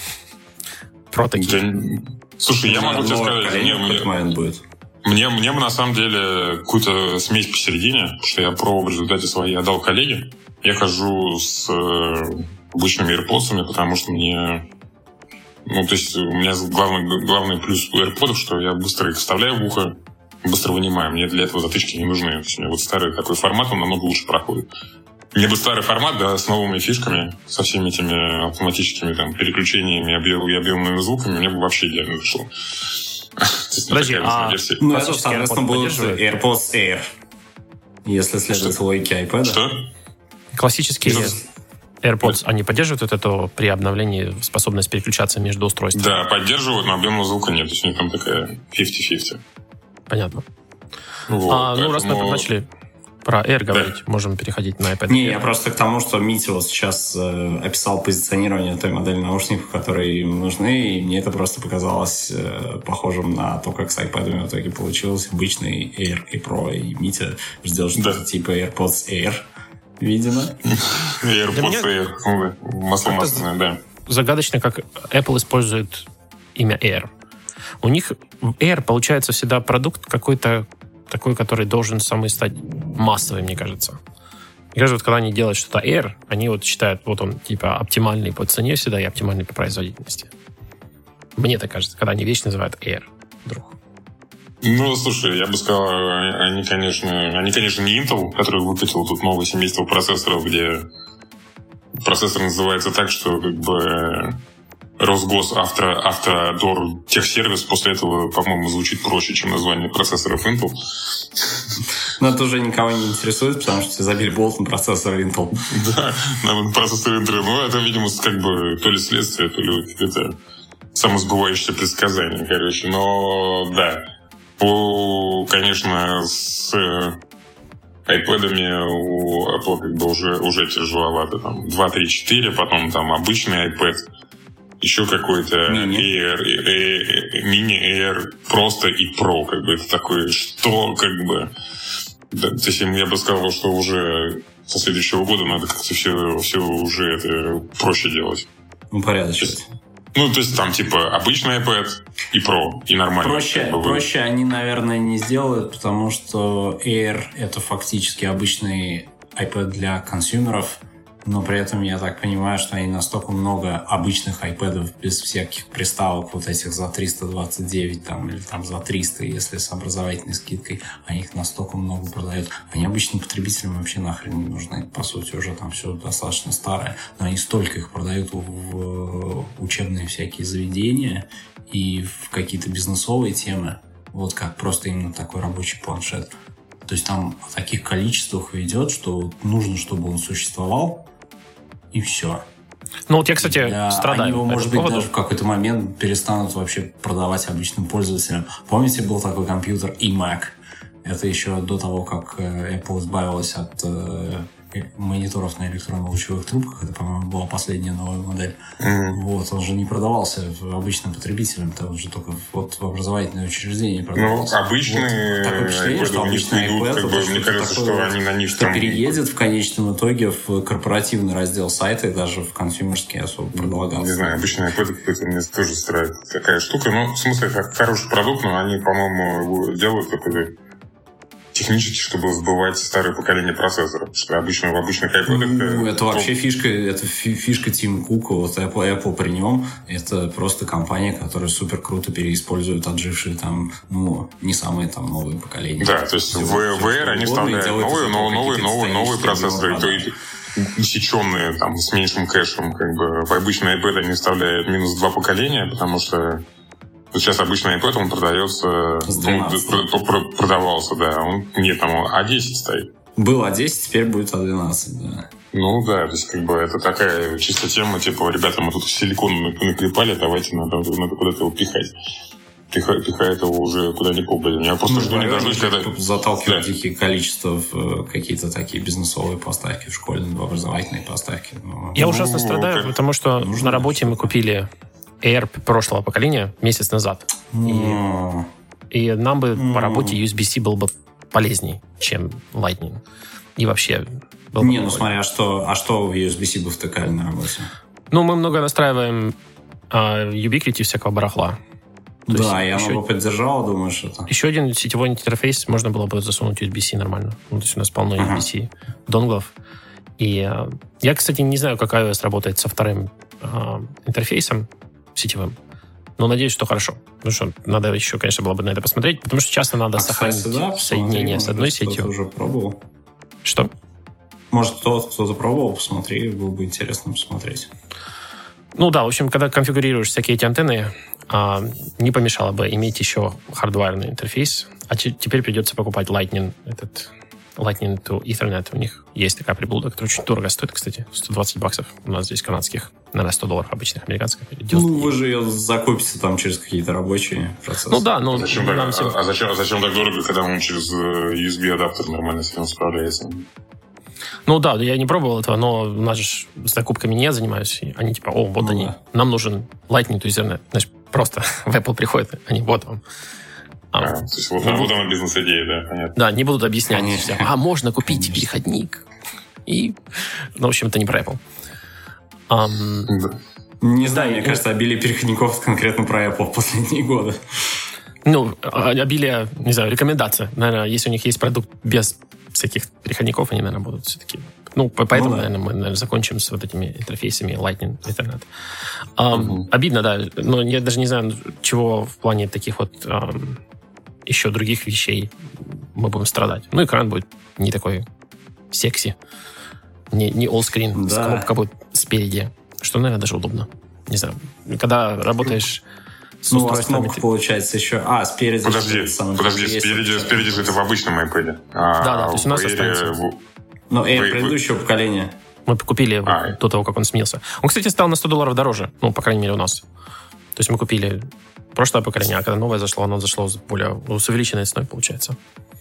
[SPEAKER 2] Про такие?
[SPEAKER 4] Да... Слушай, я могу тебе сказать... Не, мне...
[SPEAKER 3] будет.
[SPEAKER 4] Мне, мне бы на самом деле какую-то смесь посередине, потому что я Pro в результате своей отдал коллеге. Я хожу с э, обычными AirPods'ами, потому что мне... Ну, то есть у меня главный, главный плюс у AirPods'ов, что я быстро их вставляю в ухо, быстро вынимаю. Мне для этого затычки не нужны. То есть у меня вот старый такой формат, он намного лучше проходит. Мне бы старый формат, да, с новыми фишками, со всеми этими автоматическими там переключениями и объемными звуками, мне бы вообще идеально зашло.
[SPEAKER 2] Подожди, а...
[SPEAKER 3] Ну, это, соответственно, будет AirPods Air, если следует логике iPad.
[SPEAKER 4] Что?
[SPEAKER 2] Классические AirPods, они поддерживают вот это при обновлении способность переключаться между устройствами?
[SPEAKER 4] Да, поддерживают, но объемного звука нет. То есть у них там такая пятьдесят на пятьдесят.
[SPEAKER 2] Понятно.
[SPEAKER 4] Вот,
[SPEAKER 2] а,
[SPEAKER 4] поэтому...
[SPEAKER 2] Ну, раз мы начали про Air говорить, да. Можем переходить на iPad.
[SPEAKER 3] Не, я просто к тому, что Митя вот сейчас э, описал позиционирование той модели наушников, которые им нужны, и мне это просто показалось э, похожим на то, как с iPad'ами в итоге получилось. Обычный Air и Pro, и Митя ждет что-то да. типа AirPods Air, видимо.
[SPEAKER 4] AirPods Air, масло масляное, да.
[SPEAKER 2] Загадочно, как Apple использует имя Air. У них Air получается всегда продукт какой-то такой, который должен самый стать массовый, мне кажется. Мне кажется, вот когда они делают что-то Air, они вот считают, вот он типа оптимальный по цене всегда и оптимальный по производительности. Мне так кажется, когда они вещь называют Air вдруг.
[SPEAKER 4] Ну, слушай, я бы сказал, они, конечно, они, конечно, не Intel, который выпустил тут новое семейство процессоров, где процессор называется так, что как бы Росгос авто, автодор техсервис после этого, по-моему, звучит проще, чем название процессоров Intel.
[SPEAKER 3] Но это уже никого не интересует, потому что забили болт на процессор Intel.
[SPEAKER 4] Да, на процессор Intel. Ну, это, видимо, как бы то ли следствие, то ли какое-то самосбывающееся предсказание, короче. Но, да, по, конечно, с iPad'ами у Apple как бы уже, уже тяжеловато. Там два, три, четыре, потом там обычный iPad, еще какой-то Air, Mini Air, просто и Pro, как бы это такое, что как бы... Да, то есть я бы сказал, что уже со следующего года надо как-то все, все уже это проще делать.
[SPEAKER 3] Ну, порядочность.
[SPEAKER 4] Ну, то есть там типа обычный iPad и Pro, и нормально.
[SPEAKER 3] Проще,
[SPEAKER 4] как бы,
[SPEAKER 3] проще они, наверное, не сделают, потому что Air — это фактически обычный iPad для консюмеров, но при этом я так понимаю, что они настолько много обычных iPad'ов без всяких приставок, вот этих за триста двадцать девять там, или там за триста, если с образовательной скидкой, они их настолько много продают. Они обычным потребителям вообще нахрен не нужны. По сути, уже там все достаточно старое, но они столько их продают в учебные всякие заведения и в какие-то бизнесовые темы, вот как просто именно такой рабочий планшет. То есть там в таких количествах идет, что нужно, чтобы он существовал, и все.
[SPEAKER 2] Ну вот я, кстати,
[SPEAKER 3] Да,
[SPEAKER 2] страдаю.
[SPEAKER 3] они его,
[SPEAKER 2] по
[SPEAKER 3] может
[SPEAKER 2] этому
[SPEAKER 3] быть,
[SPEAKER 2] поводу.
[SPEAKER 3] даже в какой-то момент перестанут вообще продавать обычным пользователям. Помните, был такой компьютер iMac? Это еще до того, как Apple избавилась от э, мониторов на электронно-лучевых трубках. Это, по-моему, была последняя новая модель. Mm-hmm. Вот, он же не продавался обычным потребителям, это уже только вот в образовательные учреждения продавался.
[SPEAKER 4] Ну, обычные...
[SPEAKER 3] Вот. Такое впечатление, что обычный
[SPEAKER 4] идут,
[SPEAKER 3] iPad,
[SPEAKER 4] как бы, мне кажется,
[SPEAKER 3] такое,
[SPEAKER 4] что они на них
[SPEAKER 3] что
[SPEAKER 4] там...
[SPEAKER 3] переедет в конечном итоге в корпоративный раздел сайта и даже в консюмерский особо предлагался.
[SPEAKER 4] Не знаю, обычный iPad какой-то мне тоже строит такая штука. Ну, в смысле, как хороший продукт, но они, по-моему, делают какой-то технически, чтобы сбывать старое поколение процессоров. Потому что обычно в обычных iPad...
[SPEAKER 3] Ну, это вообще фишка, это фишка Тима Кука. Вот Apple, Apple при нем. Это просто компания, которая супер круто переиспользует отжившие там, ну, не самые там новые поколения.
[SPEAKER 4] Да, то есть в ви ар они вставляют новые, новые, новые, новые, новые процессоры. То есть усеченные там с меньшим кэшем. Как бы в обычный iPad они вставляют минус два поколения, потому что сейчас обычный iPad, он продается, ну, продавался, да. Он, нет, там а десять стоит.
[SPEAKER 3] Был а десять, теперь будет а двенадцать, да.
[SPEAKER 4] Ну да, то есть как бы это такая чисто тема, типа, ребята, мы тут силикон наклепали, давайте надо, надо куда-то его пихать. Пихает, пихает его уже куда ни попадет. Я просто жду, не дождусь, когда...
[SPEAKER 3] Заталкивать да. дикие количества в какие-то такие бизнесовые поставки в школьные, в образовательные поставки. Но...
[SPEAKER 2] Я ужасно ну, страдаю, как... потому что нужно на работе мы купили Air прошлого поколения месяц назад.
[SPEAKER 3] Mm.
[SPEAKER 2] И, и нам бы mm. по работе ю эс би-C был бы полезней, чем Lightning. И вообще...
[SPEAKER 3] Не, ну смотри, а что, а что в ю эс би-C бы втыкали на работе?
[SPEAKER 2] Ну, мы много настраиваем а, Ubiquiti всякого барахла. То
[SPEAKER 3] да, я
[SPEAKER 2] еще...
[SPEAKER 3] бы поддержал, думаешь, это?
[SPEAKER 2] Еще один сетевой интерфейс можно было бы засунуть ю эс би-C нормально. Ну, то есть у нас полно uh-huh. ю эс би-C донглов. И а, я, кстати, не знаю, как iOS работает со вторым а, интерфейсом сетевым. Но надеюсь, что хорошо. Ну что, надо еще, конечно, было бы на это посмотреть, потому что часто надо а, сохранить кстати, да, соединение с одной сетью.
[SPEAKER 3] Кто-то уже пробовал.
[SPEAKER 2] Что?
[SPEAKER 3] Может, кто-то, кто-то пробовал, посмотри, было бы интересно посмотреть.
[SPEAKER 2] Ну да, в общем, когда конфигурируешь всякие эти антенны, а, не помешало бы иметь еще хардвайрный интерфейс. А ч- теперь придется покупать Lightning, этот Lightning to Ethernet. У них есть такая приблуда, которая очень дорого стоит, кстати, сто двадцать баксов. У нас здесь канадских, наверное, сто долларов обычных, американских.
[SPEAKER 3] Ну, вы же ее закупите там через какие-то рабочие процессы.
[SPEAKER 2] Ну да, но...
[SPEAKER 4] А зачем,
[SPEAKER 2] нам
[SPEAKER 4] так,
[SPEAKER 2] всем...
[SPEAKER 4] а, зачем, а зачем так дорого, когда он через ю эс би-адаптер нормально с этим справляется?
[SPEAKER 2] Ну да, я не пробовал этого, но у нас же с закупками не я занимаюсь. И они типа, о, вот ну, они, да. нам нужен Lightning to Ethernet. Значит, просто в Apple приходят, они, вот вам.
[SPEAKER 4] А, а, то есть вот, вот она бизнес-идея, да, понятно.
[SPEAKER 2] Да, не будут объяснять. Все. А, можно купить Конечно. переходник. И, ну, в общем, это не про Apple. Um,
[SPEAKER 3] да. Не знаю, да, мне и... кажется, обилие переходников конкретно про Apple в последние годы.
[SPEAKER 2] Ну, обилие, не знаю, рекомендация. Наверное, если у них есть продукт без всяких переходников, они, наверное, будут все-таки... Ну, поэтому, ну, да. наверное, мы наверное, закончим с вот этими интерфейсами Lightning, Ethernet. Um, угу. Обидно, да. Но я даже не знаю, чего в плане таких вот um, еще других вещей мы будем страдать. Ну, экран будет не такой секси. Не, не all-screen. Да. Кнопка будет спереди. Что, наверное, даже удобно. Не знаю. Когда работаешь...
[SPEAKER 3] Ну, у вас кнопка, ты... получается, еще... А, спереди...
[SPEAKER 4] Подожди, подожди, спереди, спереди же это в обычном iPad.
[SPEAKER 2] А да, да, то есть у нас Air... останется...
[SPEAKER 3] Ну, Air предыдущего поколения.
[SPEAKER 2] Мы купили его а. до того, как он смелся. Он, кстати, стал на сто долларов дороже. Ну, по крайней мере, у нас. То есть мы купили прошлое поколение, а когда новое зашло, оно зашло с более... с увеличенной ценой, получается.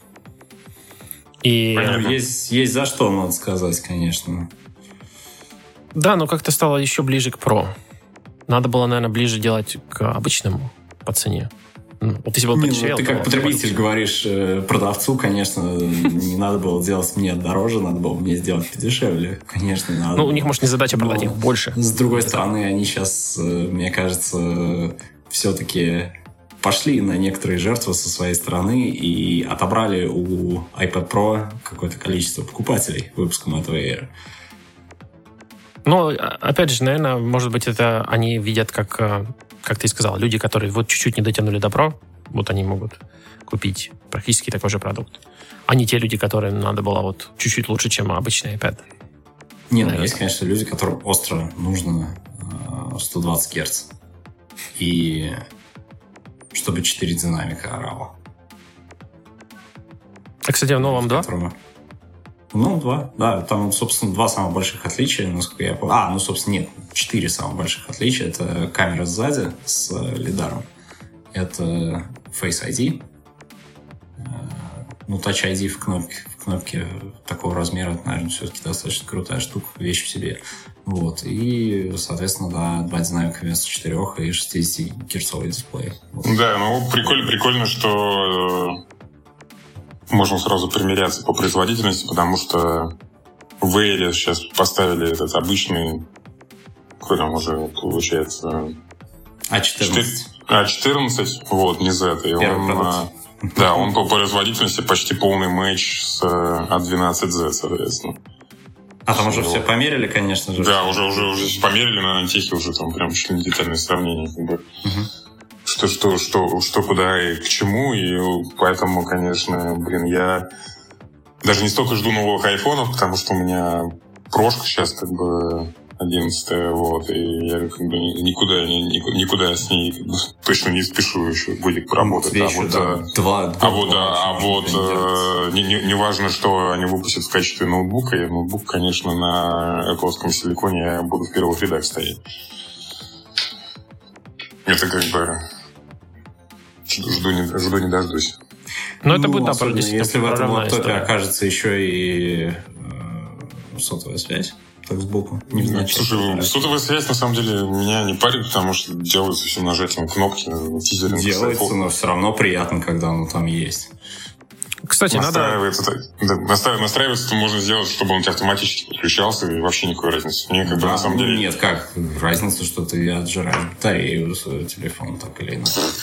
[SPEAKER 2] И...
[SPEAKER 3] Есть, есть за что, надо сказать, конечно.
[SPEAKER 2] Да, но как-то стало еще ближе к Pro. Надо было, наверное, ближе делать к обычному по цене. Вот если бы
[SPEAKER 3] подешевел... Ну, ты как потребитель было... говоришь продавцу, конечно, не надо было делать мне дороже, надо было мне сделать подешевле. Конечно, надо.
[SPEAKER 2] Ну, у них, может, не задача продать их больше.
[SPEAKER 3] С другой стороны, они сейчас, мне кажется, все-таки пошли на некоторые жертвы со своей стороны и отобрали у iPad Pro какое-то количество покупателей выпуском этого Air.
[SPEAKER 2] Но, опять же, наверное, может быть, это они видят, как, как ты сказал, люди, которые вот чуть-чуть не дотянули до Pro, вот они могут купить практически такой же продукт. А не те люди, которым надо было вот чуть-чуть лучше, чем обычный iPad.
[SPEAKER 3] Не, ну есть, конечно, люди, которым остро нужно сто двадцать герц. И чтобы четыре динамика орало.
[SPEAKER 2] А, кстати, в новом два?
[SPEAKER 3] Которого... Ну, два, да. Там, собственно, два самых больших отличия, насколько я помню. А, ну, собственно, нет, четыре самых больших отличия. Это камера сзади с лидаром. Это Face ай ди. Ну, Touch ай ди в кнопке, в кнопке такого размера, это, наверное, все-таки достаточно крутая штука, вещь в себе. Вот. И, соответственно, да, два динамика вместо четырех и шестидесятигерцовый дисплей. Вот.
[SPEAKER 4] Да, ну, прикольно, прикольно, что можно сразу примеряться по производительности, потому что в Эйре сейчас поставили этот обычный, какой там уже получается...
[SPEAKER 3] а четырнадцать.
[SPEAKER 4] а четырнадцать, вот, не Z. И он, да, он по производительности почти полный матч с а двенадцать зет, соответственно.
[SPEAKER 3] А там уже вот. Все померили, конечно же.
[SPEAKER 4] Да, уже, уже, уже померили на антихе, уже там прям чуть ли не детальное сравнение. Как бы. Угу. Что, что, что, что, куда и к чему. И поэтому, конечно, блин, я даже не столько жду новых айфонов, потому что у меня прошка сейчас как бы одиннадцатая, вот, и я как бы никуда, никуда с ней как бы, точно не спешу еще годик поработать.
[SPEAKER 3] А
[SPEAKER 4] еще,
[SPEAKER 3] вот, да, два,
[SPEAKER 4] а вот, да, а вот э, не, не, не важно, что они выпустят в качестве ноутбука, и ноутбук, конечно, на Apple-ском силиконе я буду в первых рядах стоять. Это как бы жду не, жду не дождусь.
[SPEAKER 2] Но это
[SPEAKER 3] ну,
[SPEAKER 2] будет, да,
[SPEAKER 3] если в этом лаптопе окажется еще и э, сотовая связь, так сбоку.
[SPEAKER 4] Слушай, сотовая связь на самом деле меня не парит, потому что делается все нажатием кнопки.
[SPEAKER 3] Делается, но все равно приятно, когда оно там есть.
[SPEAKER 2] Кстати,
[SPEAKER 4] настраивается,
[SPEAKER 2] надо...
[SPEAKER 4] да, настраивается, настраивается можно сделать, чтобы он автоматически подключался, и вообще никакой разницы. Мне как бы
[SPEAKER 3] да,
[SPEAKER 4] на самом
[SPEAKER 3] ну,
[SPEAKER 4] деле...
[SPEAKER 3] Нет, как? Разница, что ты отжираешь батарею своего телефона, так или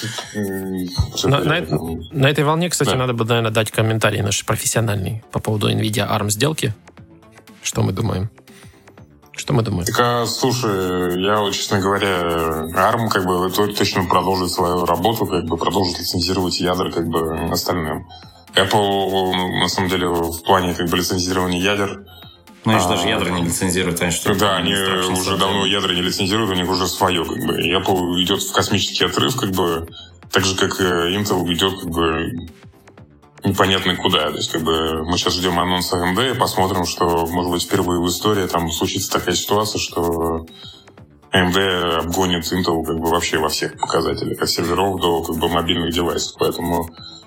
[SPEAKER 3] иначе.
[SPEAKER 2] На, на, на этой волне, кстати, да. надо бы, наверное, дать комментарий наш профессиональный по поводу NVIDIA арм сделки. Что мы думаем? Что мы думаем?
[SPEAKER 4] Так, а, слушай, я, честно говоря, арм как бы точно продолжит свою работу, как бы продолжит лицензировать ядра как бы остальным. Apple, на самом деле, в плане как бы лицензирования ядер...
[SPEAKER 3] Ну, они же а, даже ядра не лицензируют. Они что
[SPEAKER 4] да, они уже давно ядра не лицензируют, у них уже свое, как бы. И Apple идет в космический отрыв, как бы, так же, как Intel идет, как бы, непонятно куда. То есть, как бы, мы сейчас ждем анонса эй эм ди и посмотрим, что, может быть, впервые в истории там случится такая ситуация, что эй эм ди обгонит Intel, как бы, вообще во всех показателях, от серверов до, как бы, мобильных девайсов. Поэтому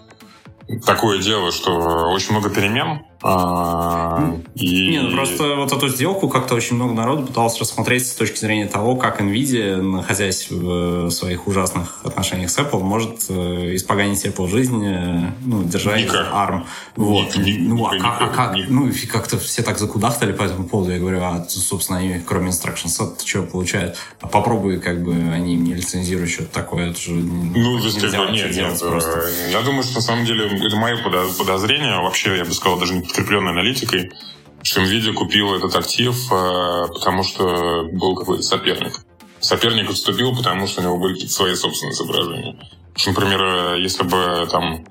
[SPEAKER 4] такое дело, что очень много перемен. А, и...
[SPEAKER 3] Не, ну просто вот эту сделку как-то очень много народу пыталось рассмотреть с точки зрения того, как NVIDIA, находясь в своих ужасных отношениях с Apple, может испоганить Apple жизнь, ну, держа арм. Вот.
[SPEAKER 4] Ни, ни,
[SPEAKER 3] ну, а,
[SPEAKER 4] ни,
[SPEAKER 3] как,
[SPEAKER 4] ни,
[SPEAKER 3] а как?
[SPEAKER 4] ни.
[SPEAKER 3] Ну, и как-то все так закудахтали по этому поводу. Я говорю, а, собственно, они, кроме instruction set, что получают? А попробуй, как бы, они не лицензируют что-то такое. Это же
[SPEAKER 4] ну, здесь как бы нет, нет. Просто. Я думаю, что, на самом деле, это мое подозрение. Вообще, я бы сказал, даже не подкрепленной аналитикой, что NVIDIA купила этот актив, потому что был какой-то соперник. Соперник отступил, потому что у него были какие-то свои собственные соображения. Например, если бы там...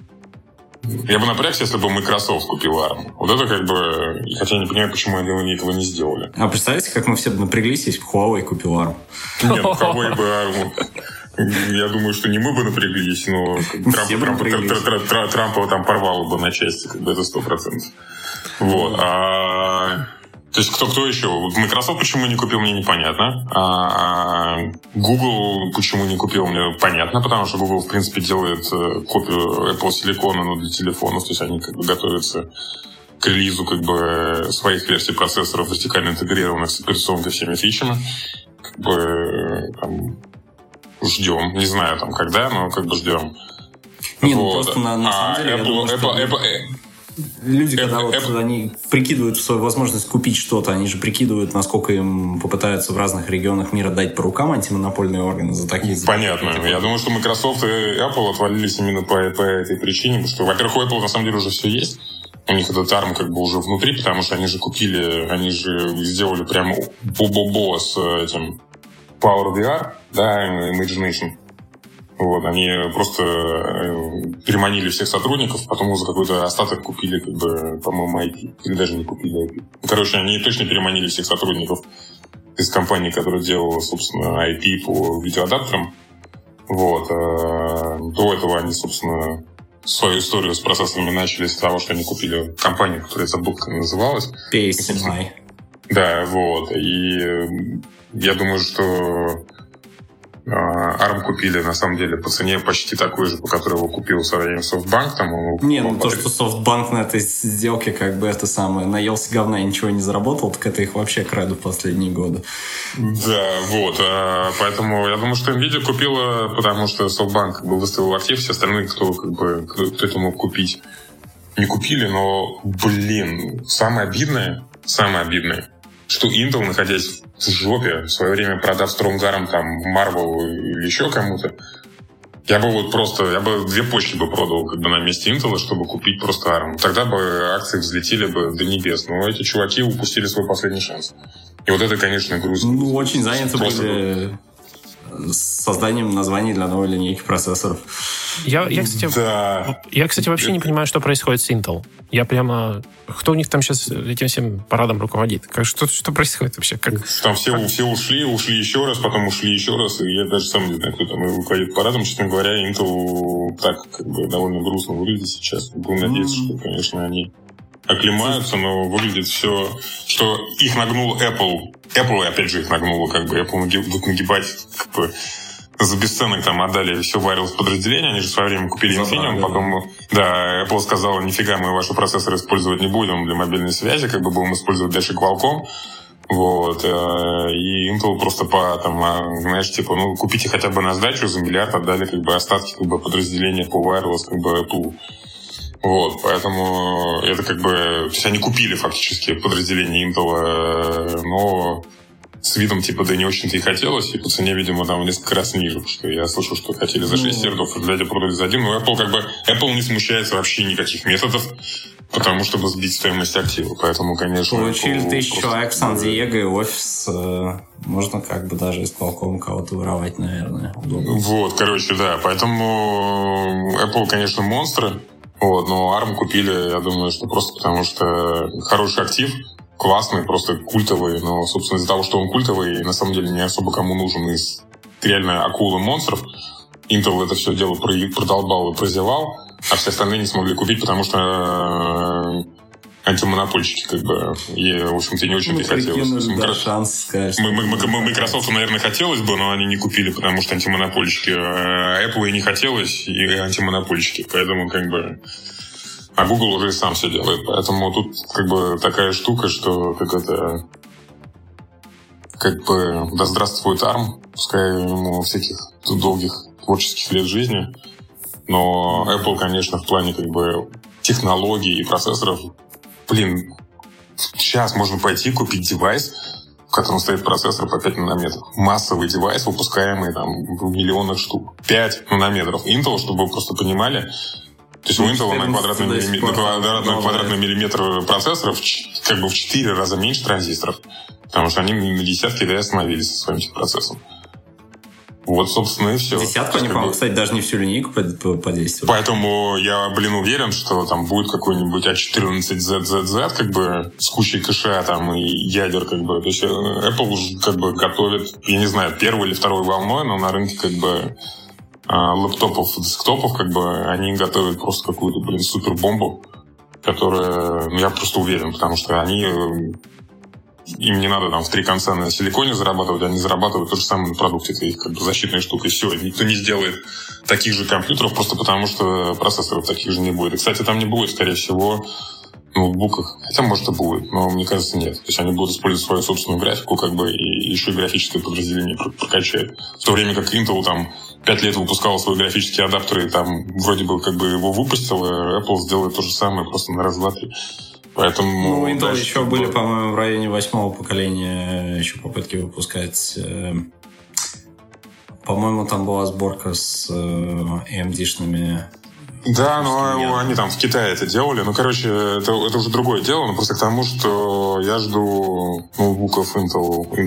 [SPEAKER 4] Я бы напрягся, если бы Microsoft купил арм. Вот это как бы... Хотя я не понимаю, почему они этого не сделали.
[SPEAKER 3] А представляете, как мы все бы напряглись, если бы Huawei купил арм?
[SPEAKER 4] Нет, Huawei бы арм... Я думаю, что не мы бы напряглись, но Трампа, Трампа, Трампа там порвало бы на части, как бы это сто процентов. Вот. А, то есть кто, кто еще? Microsoft почему не купил, мне непонятно. А, Google почему не купил, мне понятно, потому что Google, в принципе, делает копию Apple силикона, но для телефонов, то есть они как бы готовятся к релизу как бы своих версий процессоров, вертикально интегрированных с операционкой, всеми фичами. Как бы там... Ждем. Не знаю, там, когда, но как бы ждем.
[SPEAKER 3] Не, ну вот. Просто на, на самом деле, а, я Apple, думаю, Apple, что Apple, Apple, люди, Apple, когда Apple, вот они прикидывают свою возможность купить что-то, они же прикидывают, насколько им попытаются в разных регионах мира дать по рукам антимонопольные органы за такие...
[SPEAKER 4] Понятно.
[SPEAKER 3] Такие.
[SPEAKER 4] Я думаю, что Microsoft и Apple отвалились именно по, по этой причине, потому что, во-первых, у Apple на самом деле уже все есть. У них этот арм как бы уже внутри, потому что они же купили, они же сделали прямо бо-бо-бо с этим... Power ви ар, да, Imagination. Вот, они просто переманили всех сотрудников, потом за какой-то остаток купили, как бы, по-моему, ай пи. Или даже не купили ай пи. Короче, они точно переманили всех сотрудников из компании, которая делала, собственно, ай пи по видеоадаптерам. Вот. До этого они, собственно, свою историю с процессорами начали с того, что они купили компанию, которая, я забыл, как она называлась.
[SPEAKER 3] пи эс эм ай.
[SPEAKER 4] Да, вот. И я думаю, что ARM купили, на самом деле, по цене почти такой же, по которой его купил в свое время SoftBank. Там, он,
[SPEAKER 3] не, ну
[SPEAKER 4] он
[SPEAKER 3] то,
[SPEAKER 4] под...
[SPEAKER 3] что SoftBank на этой сделке как бы это самое, наелся говна и ничего не заработал, так это их вообще краду в последние годы.
[SPEAKER 4] Да, вот. Поэтому я думаю, что Nvidia купила, потому что SoftBank как бы выставил актив, все остальные, кто, как бы, кто это мог купить, не купили, но, блин, самое обидное, самое обидное, что Intel, находясь в жопе, в свое время продав Стронгарм, там, Marvel или еще кому-то, я бы вот просто, я бы две почки бы продал как бы на месте Intel, чтобы купить просто ARM. Тогда бы акции взлетели бы до небес. Но эти чуваки упустили свой последний шанс. И вот это, конечно, грустно.
[SPEAKER 3] Ну, очень заняты
[SPEAKER 4] просто...
[SPEAKER 3] были созданием названий для новой линейки процессоров.
[SPEAKER 2] Я, я, кстати,
[SPEAKER 4] да.
[SPEAKER 2] я, кстати, вообще не понимаю, что происходит с Intel. Я прямо... Кто у них там сейчас этим всем парадом руководит? Как, что, что происходит вообще? Как,
[SPEAKER 4] там все,
[SPEAKER 2] как...
[SPEAKER 4] все ушли, ушли еще раз, потом ушли еще раз, и я даже сам не знаю, кто там руководит парадом. Честно говоря, Intel так как бы довольно грустно выглядит сейчас. Будем надеяться, mm-hmm. что, конечно, они оклемаются, но выглядит все, что их нагнул Apple. Apple, опять же, их нагнуло, как бы Apple будет нагибать, как бы за бесценок там отдали все wireless подразделения, они же в свое время купили Infineon, потом, да, Apple сказала, нифига, мы ваши процессоры использовать не будем для мобильной связи, как бы будем использовать дальше Qualcomm, вот, и Intel просто по, там, знаешь, типа, ну, купите хотя бы на сдачу, за миллиард отдали, как бы, остатки, как бы, подразделения по wireless, как бы, Apple. Вот, поэтому это как бы... То есть они купили фактически подразделение Intel, но с видом типа да не очень-то и хотелось, и по цене, видимо, там в несколько раз ниже, потому что я слышал, что хотели за шесть сердов, а глядя продали за один, но Apple как бы... Apple не смущается вообще никаких методов, потому чтобы сбить стоимость актива, поэтому, конечно...
[SPEAKER 3] Получили
[SPEAKER 4] Apple
[SPEAKER 3] тысячу
[SPEAKER 4] просто...
[SPEAKER 3] человек в Сан-Диего и офис, э, можно как бы даже из Qualcomm кого-то воровать, наверное. Удобно.
[SPEAKER 4] Вот, короче, да, поэтому Apple, конечно, монстры. Вот, но ARM купили, я думаю, что просто потому, что хороший актив, классный, просто культовый, но, собственно, из-за того, что он культовый, на самом деле не особо кому нужен из реально акулы монстров. Intel это все дело продолбал и прозевал, а все остальные не смогли купить, потому что антимонопольщики, как бы, и, в общем-то, не очень-то ну, хотелось.
[SPEAKER 3] Да, шанс, сказать,
[SPEAKER 4] мы, мы, мы, Microsoft, наверное, хотелось бы, но они не купили, потому что антимонопольщики. А Apple и не хотелось, и антимонопольщики. Поэтому, как бы... А Google уже и сам все делает. Поэтому тут, как бы, такая штука, что, как это... Как бы, да здравствует ARM, пускай ему всяких долгих творческих лет жизни. Но Apple, конечно, в плане, как бы, технологий и процессоров. Блин, сейчас можно пойти купить девайс, в котором стоит процессор по пять нанометров. Массовый девайс, выпускаемый там в миллионах штук. пять нанометров. Intel, чтобы вы просто понимали, то есть у Intel на квадратный, миллиметр, на квадратный, на квадратный миллиметр процессоров как бы в четыре раза меньше транзисторов. Потому что они на десятки да, остановились со своим процессом. Вот, собственно, и все.
[SPEAKER 3] Десятку, они, по-моему, кстати, даже не всю линейку подействовали.
[SPEAKER 4] Поэтому я, блин, уверен, что там будет какой-нибудь а четырнадцать зет зет зет, как бы, с кучей кэша там и ядер, как бы. То есть Apple уже, как бы, готовит, я не знаю, первой или второй волной, но на рынке, как бы, лэптопов, десктопов, как бы, они готовят просто какую-то, блин, супербомбу, которая, ну, я просто уверен, потому что они... Им не надо там в три конца на силиконе зарабатывать, они зарабатывают то же самое на продукте. Это их как бы защитная штука, и все. Никто не сделает таких же компьютеров просто потому, что процессоров таких же не будет. И, кстати, там не будет, скорее всего, ноутбуках. Хотя, может, и будет, но мне кажется, нет. То есть они будут использовать свою собственную графику, как бы, и еще и графическое подразделение прокачает. В то время как Intel там пять лет выпускал свой графический адаптер, и там вроде бы как бы его выпустил, и Apple сделает то же самое просто на раз, два, три. Поэтому,
[SPEAKER 3] ну, Intel дальше, еще были, по-моему, в районе восьмого поколения еще попытки выпускать. По-моему, там была сборка с эй эм ди-шными.
[SPEAKER 4] Да, но они там в Китае это делали. Ну, короче, это, это уже другое дело, но просто к тому, что я жду ноутбуков Intel, Intel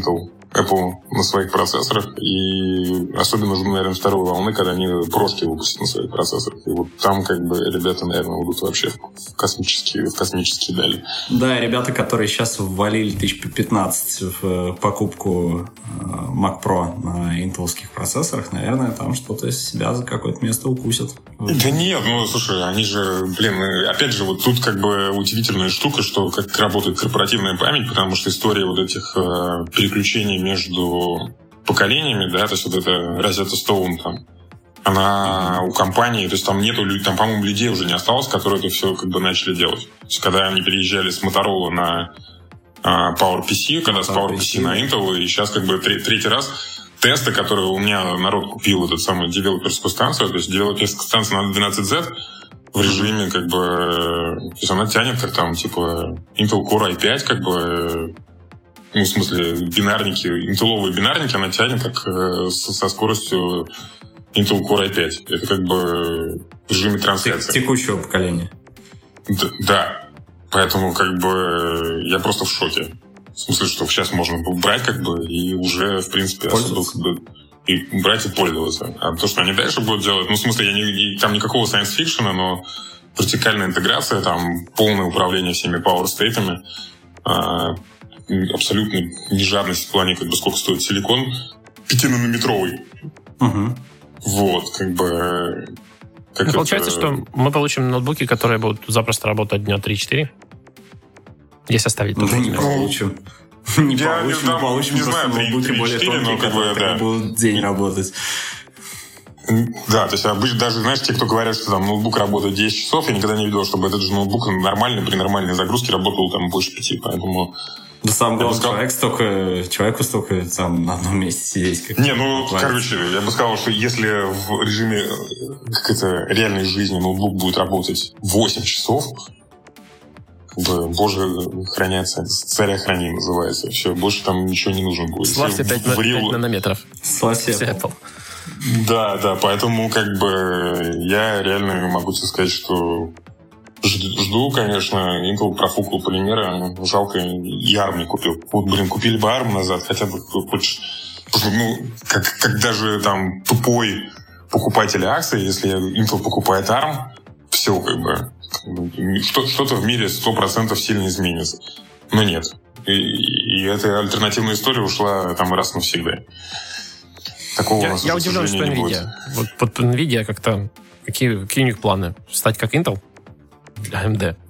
[SPEAKER 4] Apple на своих процессорах, и особенно жду, наверное, второй волны, когда они прошки выпустят на своих процессорах. И вот там, как бы, ребята, наверное, будут вообще в космические, в космические дали.
[SPEAKER 3] Да, ребята, которые сейчас ввалили тысяч пятнадцать в покупку Mac Pro на интеловских процессорах, наверное, там что-то из себя за какое-то место укусят.
[SPEAKER 4] Да нет, ну, слушай, они же, блин, опять же, вот тут как бы удивительная штука, что как работает корпоративная память, потому что история вот этих э, переключений между поколениями, да, то есть вот это Rosetta Stone там, она у компании, то есть там нету, там, по-моему, людей уже не осталось, которые это все как бы начали делать. То есть когда они переезжали с Motorola на а, PowerPC, когда с PowerPC на Intel, и сейчас как бы третий раз тесты, которые у меня народ купил, эту самую девелоперскую станцию, то есть девелоперская станция на двенадцать зет в режиме как бы, то есть она тянет как там типа Intel Core ай пять, как бы, ну, в смысле, бинарники, интеловые бинарники она тянет как э, со скоростью Intel Core ай пять. Это как бы в режиме трансляции.
[SPEAKER 3] Текущего поколения.
[SPEAKER 4] Да, да. Поэтому как бы я просто в шоке. В смысле, что сейчас можно брать как бы и уже, в принципе, особо, как бы, и брать и пользоваться. А то, что они дальше будут делать, ну, в смысле, я не, там никакого сайенс-фикшена, но вертикальная интеграция, там полное управление всеми power-стейтами, а, абсолютно нежадность в плане, как бы, сколько стоит силикон пятинанометровый.
[SPEAKER 3] Угу.
[SPEAKER 4] Вот, как бы... Как
[SPEAKER 2] ну,
[SPEAKER 4] это...
[SPEAKER 2] Получается, что мы получим ноутбуки, которые будут запросто работать дня три-четыре? Если оставить...
[SPEAKER 3] Ну, не получим. Не
[SPEAKER 4] Я
[SPEAKER 3] получим,
[SPEAKER 4] не,
[SPEAKER 3] не получим,
[SPEAKER 4] не знаю,
[SPEAKER 3] ноутбуки более тонкие, которые
[SPEAKER 4] да.
[SPEAKER 3] будут день работать.
[SPEAKER 4] Да, то есть обычно даже, знаешь, те, кто говорят, что там ноутбук работает десять часов, я никогда не видел, чтобы этот же ноутбук нормальный, при нормальной загрузке работал там больше пяти, поэтому...
[SPEAKER 3] Да сам главный
[SPEAKER 4] сказал...
[SPEAKER 3] человек столько, человеку столько там на одном месте сидеть. Как
[SPEAKER 4] не, ну, короче, я бы сказал, что если в режиме как это, реальной жизни ноутбук будет работать восемь часов, как бы, боже, хранятся, царя храни называется, все, больше там ничего не нужно будет.
[SPEAKER 2] Славься пять нанометров.
[SPEAKER 3] Славься
[SPEAKER 2] Apple.
[SPEAKER 4] Да, да, поэтому как бы я реально могу тебе сказать, что жду, конечно, Intel профукал полимера. Жалко, и арм не купил. Вот, блин, купили бы арм назад, хотя бы хоть... Ну, как, как даже там тупой покупатель акций, если Intel покупает арм, все как бы... Что, что-то в мире сто процентов сильно изменится. Но нет. И, и эта альтернативная история ушла там раз навсегда. Такого
[SPEAKER 2] я,
[SPEAKER 4] у нас
[SPEAKER 2] я
[SPEAKER 4] уже,
[SPEAKER 2] удивлен, что
[SPEAKER 4] не
[SPEAKER 2] Nvidia.
[SPEAKER 4] будет.
[SPEAKER 2] Вот под Nvidia как-то... Какие, какие у них планы? Стать как Intel? Для эй эм ди.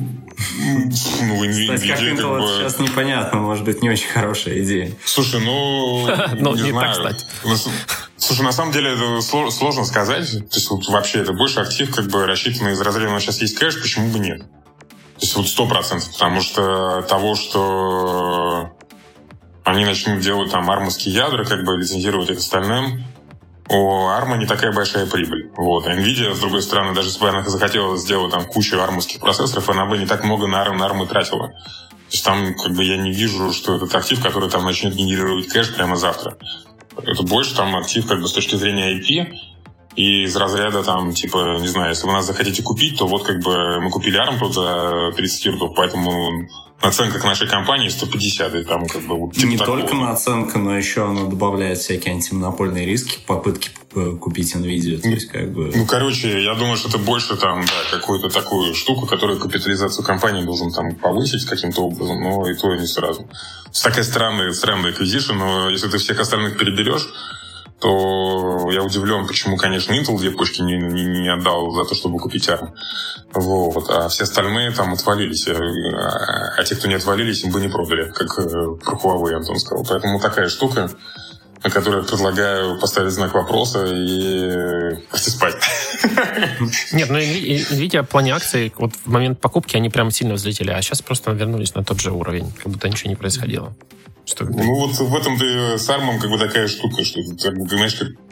[SPEAKER 4] Ну, Nvidia,
[SPEAKER 3] Кстати, как Intel,
[SPEAKER 4] как бы...
[SPEAKER 3] сейчас непонятно, может быть, не очень хорошая идея.
[SPEAKER 4] Слушай, ну...
[SPEAKER 2] Ну,
[SPEAKER 4] не
[SPEAKER 2] не
[SPEAKER 4] знаю.
[SPEAKER 2] так, кстати.
[SPEAKER 4] Слушай, на самом деле это сложно сказать. То есть вот вообще это больше актив, как бы рассчитанный из разряда, у нас сейчас есть кэш, почему бы нет? То есть вот сто процентов. Потому что того, что они начнут делать там армовские ядра, как бы лицензировать их остальным, у арма не такая большая прибыль. Вот. А Nvidia, с другой стороны, даже если бы она захотела сделать там кучу армовских процессоров, она бы не так много на арм, на армы тратила. То есть там как бы я не вижу, что этот актив, который там начнет генерировать кэш прямо завтра. Это больше там актив как бы с точки зрения ай пи и из разряда там, типа, не знаю, если вы нас захотите купить, то вот как бы мы купили арм тут за тридцать юртов, поэтому наценка к нашей компании сто пятьдесят, и там как бы вот типа
[SPEAKER 3] не
[SPEAKER 4] такого.
[SPEAKER 3] только наценка, но еще она добавляет всякие антимонопольные риски, попытки купить Nvidia. То есть, как бы...
[SPEAKER 4] Ну, короче, я думаю, что это больше там, да, какую-то такую штуку, которую капитализацию компании должен там повысить каким-то образом, но и то, и не сразу. Это такая странная, странная acquisition, но если ты всех остальных переберешь, то я удивлен, почему, конечно, Intel две почки не, не, не отдал за то, чтобы купить арм. Вот. А все остальные там отвалились. А, а те, кто не отвалились, им бы не продали, как про Huawei Антон сказал. Поэтому такая штука, на которую я предлагаю поставить знак вопроса и пойти спать.
[SPEAKER 2] Нет, ну Nvidia в плане акций, вот в момент покупки они прям сильно взлетели, а сейчас просто вернулись на тот же уровень, как будто ничего не происходило. Что...
[SPEAKER 4] Ну вот в этом-то с армом как бы такая штука, что ты, знаешь, как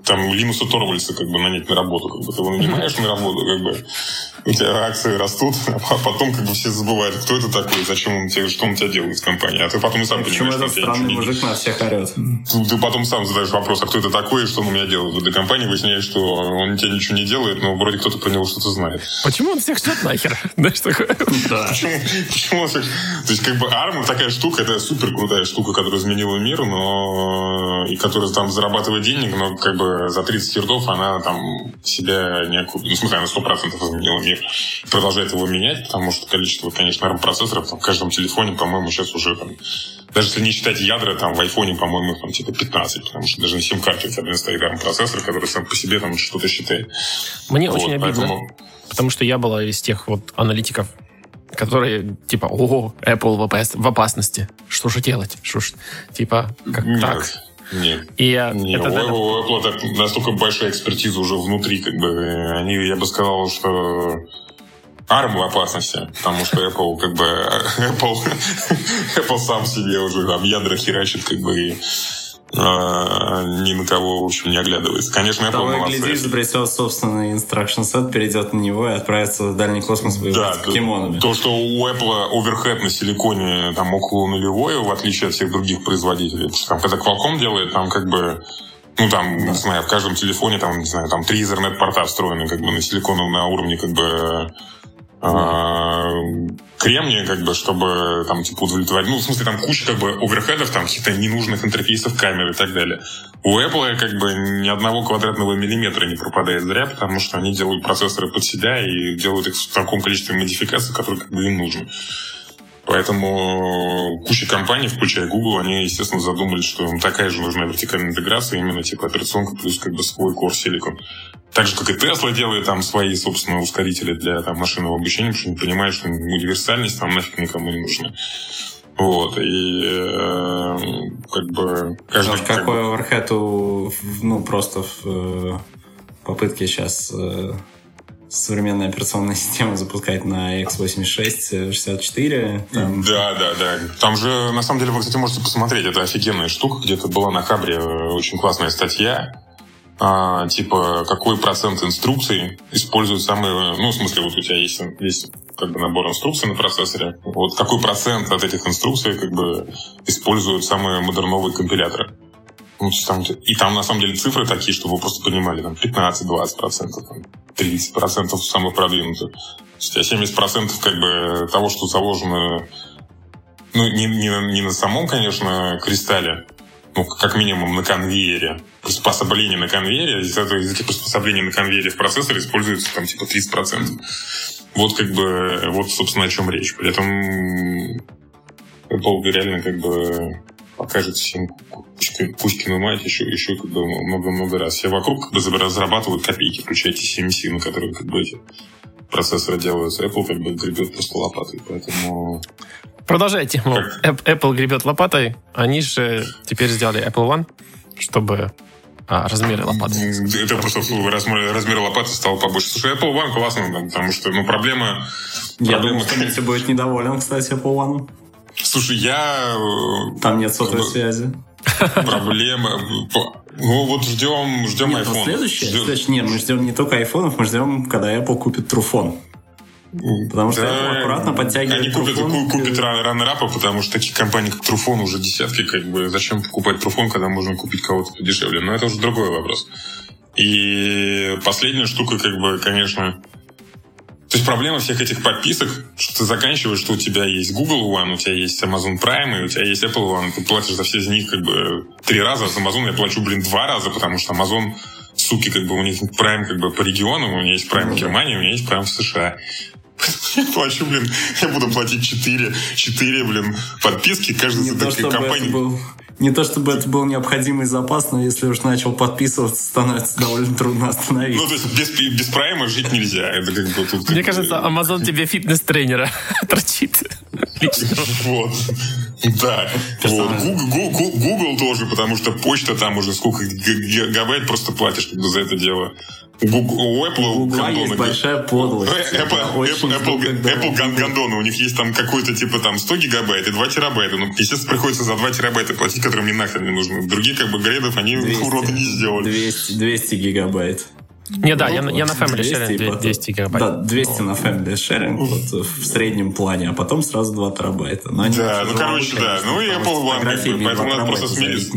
[SPEAKER 4] там Линуса Торвальдса как бы нанять на работу. Как бы ты его нанимаешь на работу, как бы у тебя акции растут, а потом как бы все забывают, кто это такой, зачем он тебе, что он тебя делает в компании. А ты потом и сам
[SPEAKER 3] Почему
[SPEAKER 4] понимаешь,
[SPEAKER 3] этот странный мужик на всех орет?
[SPEAKER 4] Ты, ты потом сам задаешь вопрос, а кто это такой и что он у меня делает. В этой компании выясняешь, что он тебе ничего не делает, но вроде кто-то про него что-то знает.
[SPEAKER 2] Почему он всех ждет нахер? Знаешь, такое?
[SPEAKER 3] Да.
[SPEAKER 4] Почему, почему он всех... То есть, как бы, арм такая штука, это супер крутая штука, которая изменила мир, но... и которая там зарабатывает денег, но как бы за тридцать ярдов она там себя не окупит. Ну, в смысле, она сто процентов изменила мир. Продолжает его менять, потому что количество, конечно, арм-процессоров там, в каждом телефоне, по-моему, сейчас уже там... Даже если не считать ядра, там в айфоне, по-моему, там типа пятнадцать, потому что даже на сим-карте у тебя, блин, стоит арм-процессор, который сам по себе там что-то считает.
[SPEAKER 2] Мне
[SPEAKER 4] вот,
[SPEAKER 2] очень обидно,
[SPEAKER 4] поэтому...
[SPEAKER 2] потому что я была из тех вот аналитиков, которые типа, о, Apple в, опас- в опасности. Что же делать? Что ж, типа, как
[SPEAKER 4] Нет.
[SPEAKER 2] так?
[SPEAKER 4] Нет.
[SPEAKER 2] И я,
[SPEAKER 4] Не,
[SPEAKER 2] это,
[SPEAKER 4] у,
[SPEAKER 2] это...
[SPEAKER 4] у Apple так, настолько большая экспертиза уже внутри, как бы, они, я бы сказал, что арм в опасности, потому что Apple, как бы, Apple, Apple сам себе уже там ядра херачит, как бы, и а, ни на кого, в общем, не оглядывается. Конечно, Apple
[SPEAKER 3] Того и
[SPEAKER 4] молодцы.
[SPEAKER 3] глядишь, изобретет собственный instruction set, перейдет на него и отправится в дальний космос воевать
[SPEAKER 4] Да,
[SPEAKER 3] с покемонами.
[SPEAKER 4] то, что у Apple оверхед на силиконе там около нулевой, в отличие от всех других производителей. Потому что там, когда Qualcomm делает, там как бы, ну там, да. не знаю, в каждом телефоне там, не знаю, там три Ethernet-порта встроены как бы на силиконовом на уровне как бы кремния, как бы, чтобы там, типа, удовлетворить. Ну, в смысле, там куча, как бы, оверхедов, там, каких-то ненужных интерфейсов камер и так далее. У Apple, как бы, ни одного квадратного миллиметра не пропадает зря, потому что они делают процессоры под себя и делают их в таком количестве модификаций, которые, как бы, им нужны. Поэтому куча компаний, включая Google, они, естественно, задумали, что им такая же нужна вертикальная интеграция, именно типа операционка плюс как бы свой Core Silicon. Так же, как и Tesla делает там свои, собственно, ускорители для там, машинного обучения, потому что они понимают, что универсальность там нафиг никому не нужна. Вот, и э, как бы... Каждый,
[SPEAKER 3] какой
[SPEAKER 4] как бы...
[SPEAKER 3] оверхед у, ну, просто в э, попытке сейчас... Э, современная операционная система запускать на икс восемьдесят шесть шестьдесят четыре. Там...
[SPEAKER 4] Да, да, да. Там же, на самом деле, вы, кстати, можете посмотреть. Это офигенная штука. Где-то была на Хабре очень классная статья. А, типа, какой процент инструкций используют самые... Ну, в смысле, вот у тебя есть, есть как бы набор инструкций на процессоре. Вот какой процент от этих инструкций как бы используют самые модерновые компиляторы. Ну, там, и там, на самом деле, цифры такие, чтобы вы просто понимали, там, пятнадцать-двадцать процентов, там, тридцать процентов самых продвинутых. А семьдесят процентов, как бы, того, что заложено, ну, не, не, на, не на самом, конечно, кристалле, ну, как минимум на конвейере. Приспособление на конвейере, из, этого, из этих приспособлений на конвейере в процессоре используется, там, типа, тридцать процентов. Вот, как бы, вот, собственно, о чем речь. При этом Apple реально, как бы, покажет всем Кузькину мать еще, еще как бы много-много раз. Все вокруг как бы разрабатывают копейки, включая ти си эм си, на которые как бы эти процессоры делаются. Apple как бы гребет просто лопатой, поэтому...
[SPEAKER 2] Продолжайте. Мол, Apple гребет лопатой, они же теперь сделали Apple One, чтобы а, размеры лопаты...
[SPEAKER 4] Это просто размер, размер лопаты стал побольше. Слушай, Apple One классно, потому что, ну, проблема...
[SPEAKER 3] Я
[SPEAKER 4] проблема...
[SPEAKER 3] думаю, что Митя будет недоволен, кстати, Apple One.
[SPEAKER 4] Слушай, я...
[SPEAKER 3] Там нет сотовой связи.
[SPEAKER 4] Проблема... Ну, вот ждем, ждем
[SPEAKER 3] нет,
[SPEAKER 4] iPhone.
[SPEAKER 3] Следующее, ждем... следующее, нет, мы ждем не только айфонов, мы ждем, когда Apple купит Truephone. Потому что да, Apple аккуратно подтягивает
[SPEAKER 4] Они купят,
[SPEAKER 3] Truephone.
[SPEAKER 4] купят раннерапа, потому что таких компаний, как Truephone, уже десятки, как бы, зачем покупать Truephone, когда можно купить кого-то подешевле? Но это уже другой вопрос. И последняя штука, как бы, конечно... То есть проблема всех этих подписок, что ты заканчиваешь, что у тебя есть Google One, у тебя есть Amazon Prime, и у тебя есть Apple One. Ты платишь за все из них как бы три раза, а за Amazon я плачу, блин, два раза, потому что Amazon, суки, как бы у них Prime как бы по регионам, у меня есть Prime в Германии, у меня есть Prime в США. Я плачу, блин, я буду платить четыре, четыре, блин, подписки каждой из таких компаний.
[SPEAKER 3] Не то, чтобы это был необходимый запас, но если уж начал подписываться, становится довольно трудно остановиться.
[SPEAKER 4] Ну, то есть без, без прайма жить нельзя. Это как бы тут,
[SPEAKER 2] Мне кажется, Amazon тебе фитнес-тренера торчит. Отлично.
[SPEAKER 4] Вот. Да, вот. Google, Google тоже, потому что почта там уже сколько гигабайт просто платишь как бы за это дело. У Apple
[SPEAKER 3] у Google есть большая подлость.
[SPEAKER 4] Apple, Apple, Apple, Apple гандоны, у них есть там какой-то типа там сто гигабайт и два терабайта. Ну, естественно, приходится за два терабайта платить, которым мне нахрен не нужны. Другие как бы грейдов они уроды не сделали.
[SPEAKER 3] двести, двести гигабайт.
[SPEAKER 2] Не, да, ну, я, вот, я на Family Sharing двести гигабайт.
[SPEAKER 3] Да, двести ну, на Family Sharing вот, в среднем плане, а потом сразу два терабайта. Но
[SPEAKER 4] да, ну, короче, да. Ну, и Apple One, как бы, поэтому надо просто смириться.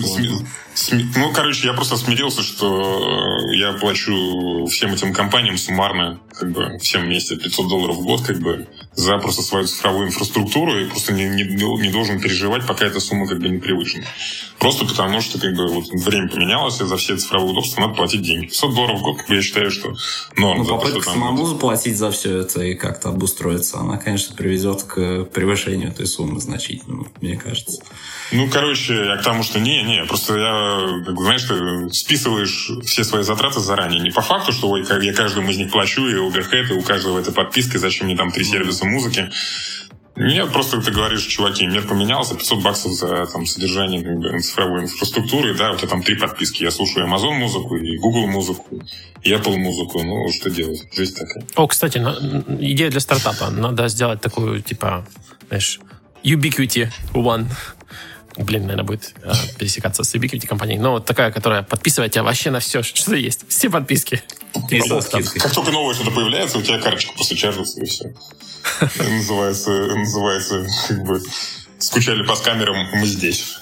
[SPEAKER 4] Ну, короче, я просто смирился, что я плачу всем этим компаниям суммарно, как бы, всем вместе пятьсот долларов в год, как бы, за просто свою цифровую инфраструктуру и просто не, не, не должен переживать, пока эта сумма как бы не привычна. Просто потому, что как бы вот время поменялось, и за все цифровые удобства надо платить деньги. пятьсот долларов в год, как бы, я считаю, что норм.
[SPEAKER 3] Ну, попытка то, самому будет... заплатить за все это и как-то обустроиться, она, конечно, приведет к превышению этой суммы значительно, мне кажется.
[SPEAKER 4] Ну, короче, я к тому, что не, не, просто я, как бы, знаешь, ты списываешь все свои затраты заранее. Не по факту, что ой, я каждому из них плачу, и оверхед, и у каждого эта подписка, и зачем мне там три сервиса музыки. Нет, просто ты говоришь, чуваки, мир поменялся, пятьсот баксов за там, содержание как бы, цифровой инфраструктуры, да, у тебя там три подписки. Я слушаю Amazon музыку, и Google музыку, и Apple музыку. Ну, что делать? Жизнь такая.
[SPEAKER 2] О, кстати, на, идея для стартапа. Надо сделать такую, типа, знаешь, Ubiquiti One. Блин, наверное, будет э, пересекаться с Ubiquiti компанией. Но вот такая, которая подписывает тебя вообще на все, что есть. Все подписки.
[SPEAKER 4] Типа, как только новое что-то появляется, у тебя карточка просто чаржится, и все. Называется, называется, как бы, скучали по камерам, мы здесь.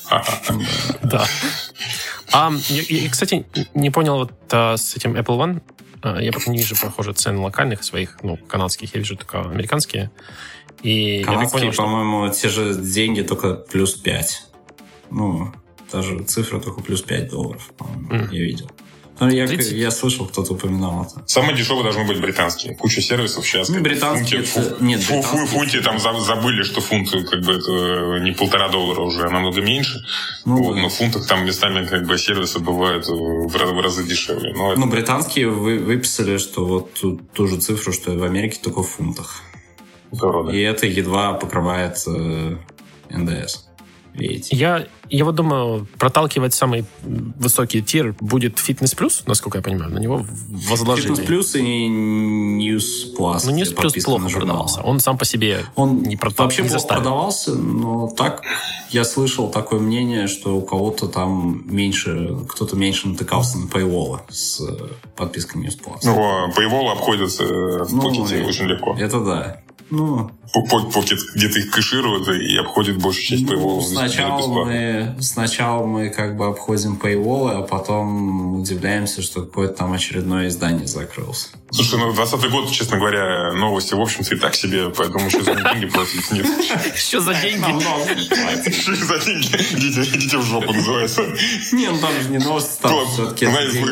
[SPEAKER 2] Да. А, я, кстати, не понял вот с этим Apple One. Я пока не вижу, похоже, цен локальных своих, ну, канадских. Я вижу только американские. И
[SPEAKER 3] канадские,
[SPEAKER 2] я так понял, что...
[SPEAKER 3] по-моему, те же деньги, только плюс пять. Ну, та же цифра, только плюс пять долларов, по-моему, mm. я видел. Ну, я, я слышал, кто-то упоминал это.
[SPEAKER 4] Самые дешевые должны быть британские. Куча сервисов сейчас.
[SPEAKER 3] Ну, британские...
[SPEAKER 4] Фунте,
[SPEAKER 3] это... Нет,
[SPEAKER 4] фу, фу, фунте там забыли, что фунт как бы это не полтора доллара уже, а намного меньше. Ну, вот, да. Но в фунтах там местами как бы сервисы бывают в разы, в разы дешевле. Но
[SPEAKER 3] ну,
[SPEAKER 4] это...
[SPEAKER 3] британские вы, выписали, что вот ту, ту же цифру, что и в Америке, только в фунтах. И это едва покрывает э, эн дэ эс. Видите?
[SPEAKER 2] Я, я вот думаю, проталкивать самый высокий тир будет Fitness Plus, насколько я понимаю, на него возложили.
[SPEAKER 3] Fitness Plus и News Plus.
[SPEAKER 2] Ну, News Plus плохо продавался. Он сам по себе
[SPEAKER 3] Он
[SPEAKER 2] не протал,
[SPEAKER 3] вообще
[SPEAKER 2] не
[SPEAKER 3] плохо
[SPEAKER 2] заставил.
[SPEAKER 3] продавался, но так я слышал такое мнение, что у кого-то там меньше, кто-то меньше натыкался на Paywall с подпиской News Plus.
[SPEAKER 4] Ну, Paywall обходится в ну, Pocket очень легко.
[SPEAKER 3] Это да. Ну,
[SPEAKER 4] Pocket где-то их кэшируют и обходит большую часть
[SPEAKER 3] ну,
[SPEAKER 4] Paywall.
[SPEAKER 3] Сначала мы, сначала мы как бы обходим Paywall, а потом удивляемся, что какое-то там очередное издание закрылось.
[SPEAKER 4] Слушай, ну двадцатый год, честно говоря, новости, в общем-то, и так себе, поэтому еще за деньги платить нет.
[SPEAKER 2] Что за деньги?
[SPEAKER 4] Что за деньги? Идите в жопу, называется.
[SPEAKER 3] Не, ну там же не новости, там все-таки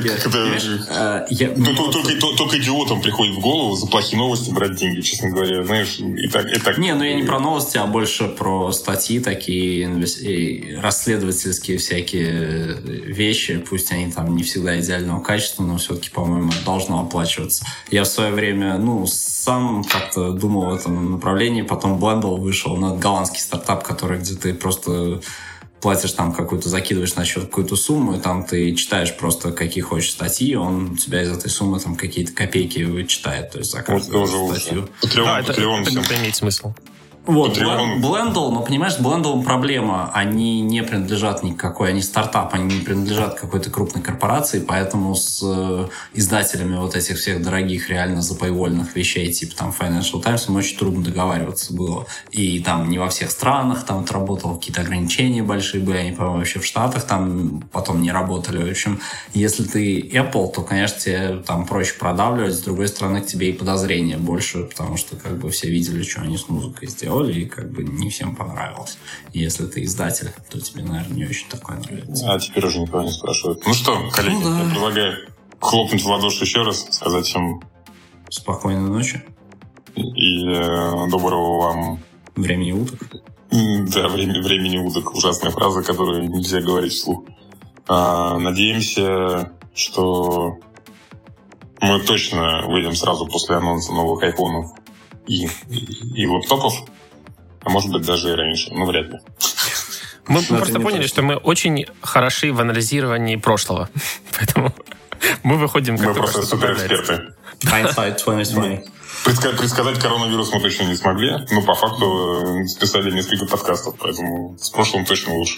[SPEAKER 3] деньги.
[SPEAKER 4] Только идиотам приходит в голову за плохие новости брать деньги, честно говоря, знаешь, и так, и так.
[SPEAKER 3] Не, ну я не про новости, а больше про статьи такие, расследовательские всякие вещи, пусть они там не всегда идеального качества, но все-таки, по-моему, должно оплачиваться. Я в свое время, ну, сам как-то думал в этом направлении, потом Blendle вышел на голландский стартап, который где ты просто платишь там какую-то, закидываешь на счет какую-то сумму, и там ты читаешь просто какие хочешь статьи, он у тебя из этой суммы там какие-то копейки вычитает, то есть за каждую
[SPEAKER 4] вот
[SPEAKER 3] статью.
[SPEAKER 4] Патреон,
[SPEAKER 2] да, это,
[SPEAKER 4] Патреон
[SPEAKER 2] это, это имеет смысл.
[SPEAKER 3] Вот, Blendle, но понимаешь, с Blendle проблема. Они не принадлежат никакой, они стартап, они не принадлежат какой-то крупной корпорации, поэтому с э, издателями вот этих всех дорогих, реально запайвольных вещей, типа там Financial Times, им очень трудно договариваться было. И там не во всех странах там отработало, какие-то ограничения большие были, они, по-моему, вообще в Штатах там потом не работали. В общем, если ты Apple, то, конечно, тебе там проще продавливать, с другой стороны, к тебе и подозрения больше, потому что как бы все видели, что они с музыкой сделали, и как бы не всем понравилось. И если ты издатель, то тебе, наверное, не очень такое нравится.
[SPEAKER 4] А теперь уже никого не спрашивают. Ну что, коллеги, ну, да. Я предлагаю хлопнуть в ладоши еще раз, сказать всем
[SPEAKER 3] спокойной ночи.
[SPEAKER 4] И э, доброго вам
[SPEAKER 3] времени уток.
[SPEAKER 4] Да, время, времени уток. Ужасная фраза, которую нельзя говорить вслух. А, надеемся, что мы точно выйдем сразу после анонса новых айфонов и, и, и лаптопов. а может быть даже и раньше, но вряд ли.
[SPEAKER 2] Мы просто поняли, что мы очень хороши в анализировании прошлого. Поэтому мы выходим как
[SPEAKER 4] Мы просто суперэксперты.
[SPEAKER 3] Hindsight двадцать двадцать.
[SPEAKER 4] Предска- предсказать коронавирус мы точно не смогли, но по факту списали несколько подкастов, поэтому с прошлым точно лучше.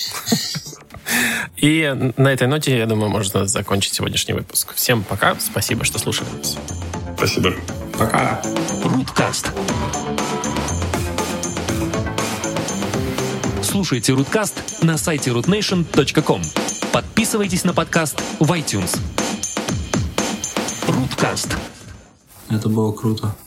[SPEAKER 2] И на этой ноте, я думаю, можно закончить сегодняшний выпуск. Всем пока, спасибо, что слушали нас.
[SPEAKER 4] Спасибо.
[SPEAKER 3] Пока.
[SPEAKER 1] Руткаст. Слушайте Руткаст на сайте рут нейшн точка ком. Подписывайтесь на подкаст в iTunes. Руткаст.
[SPEAKER 3] Это было круто.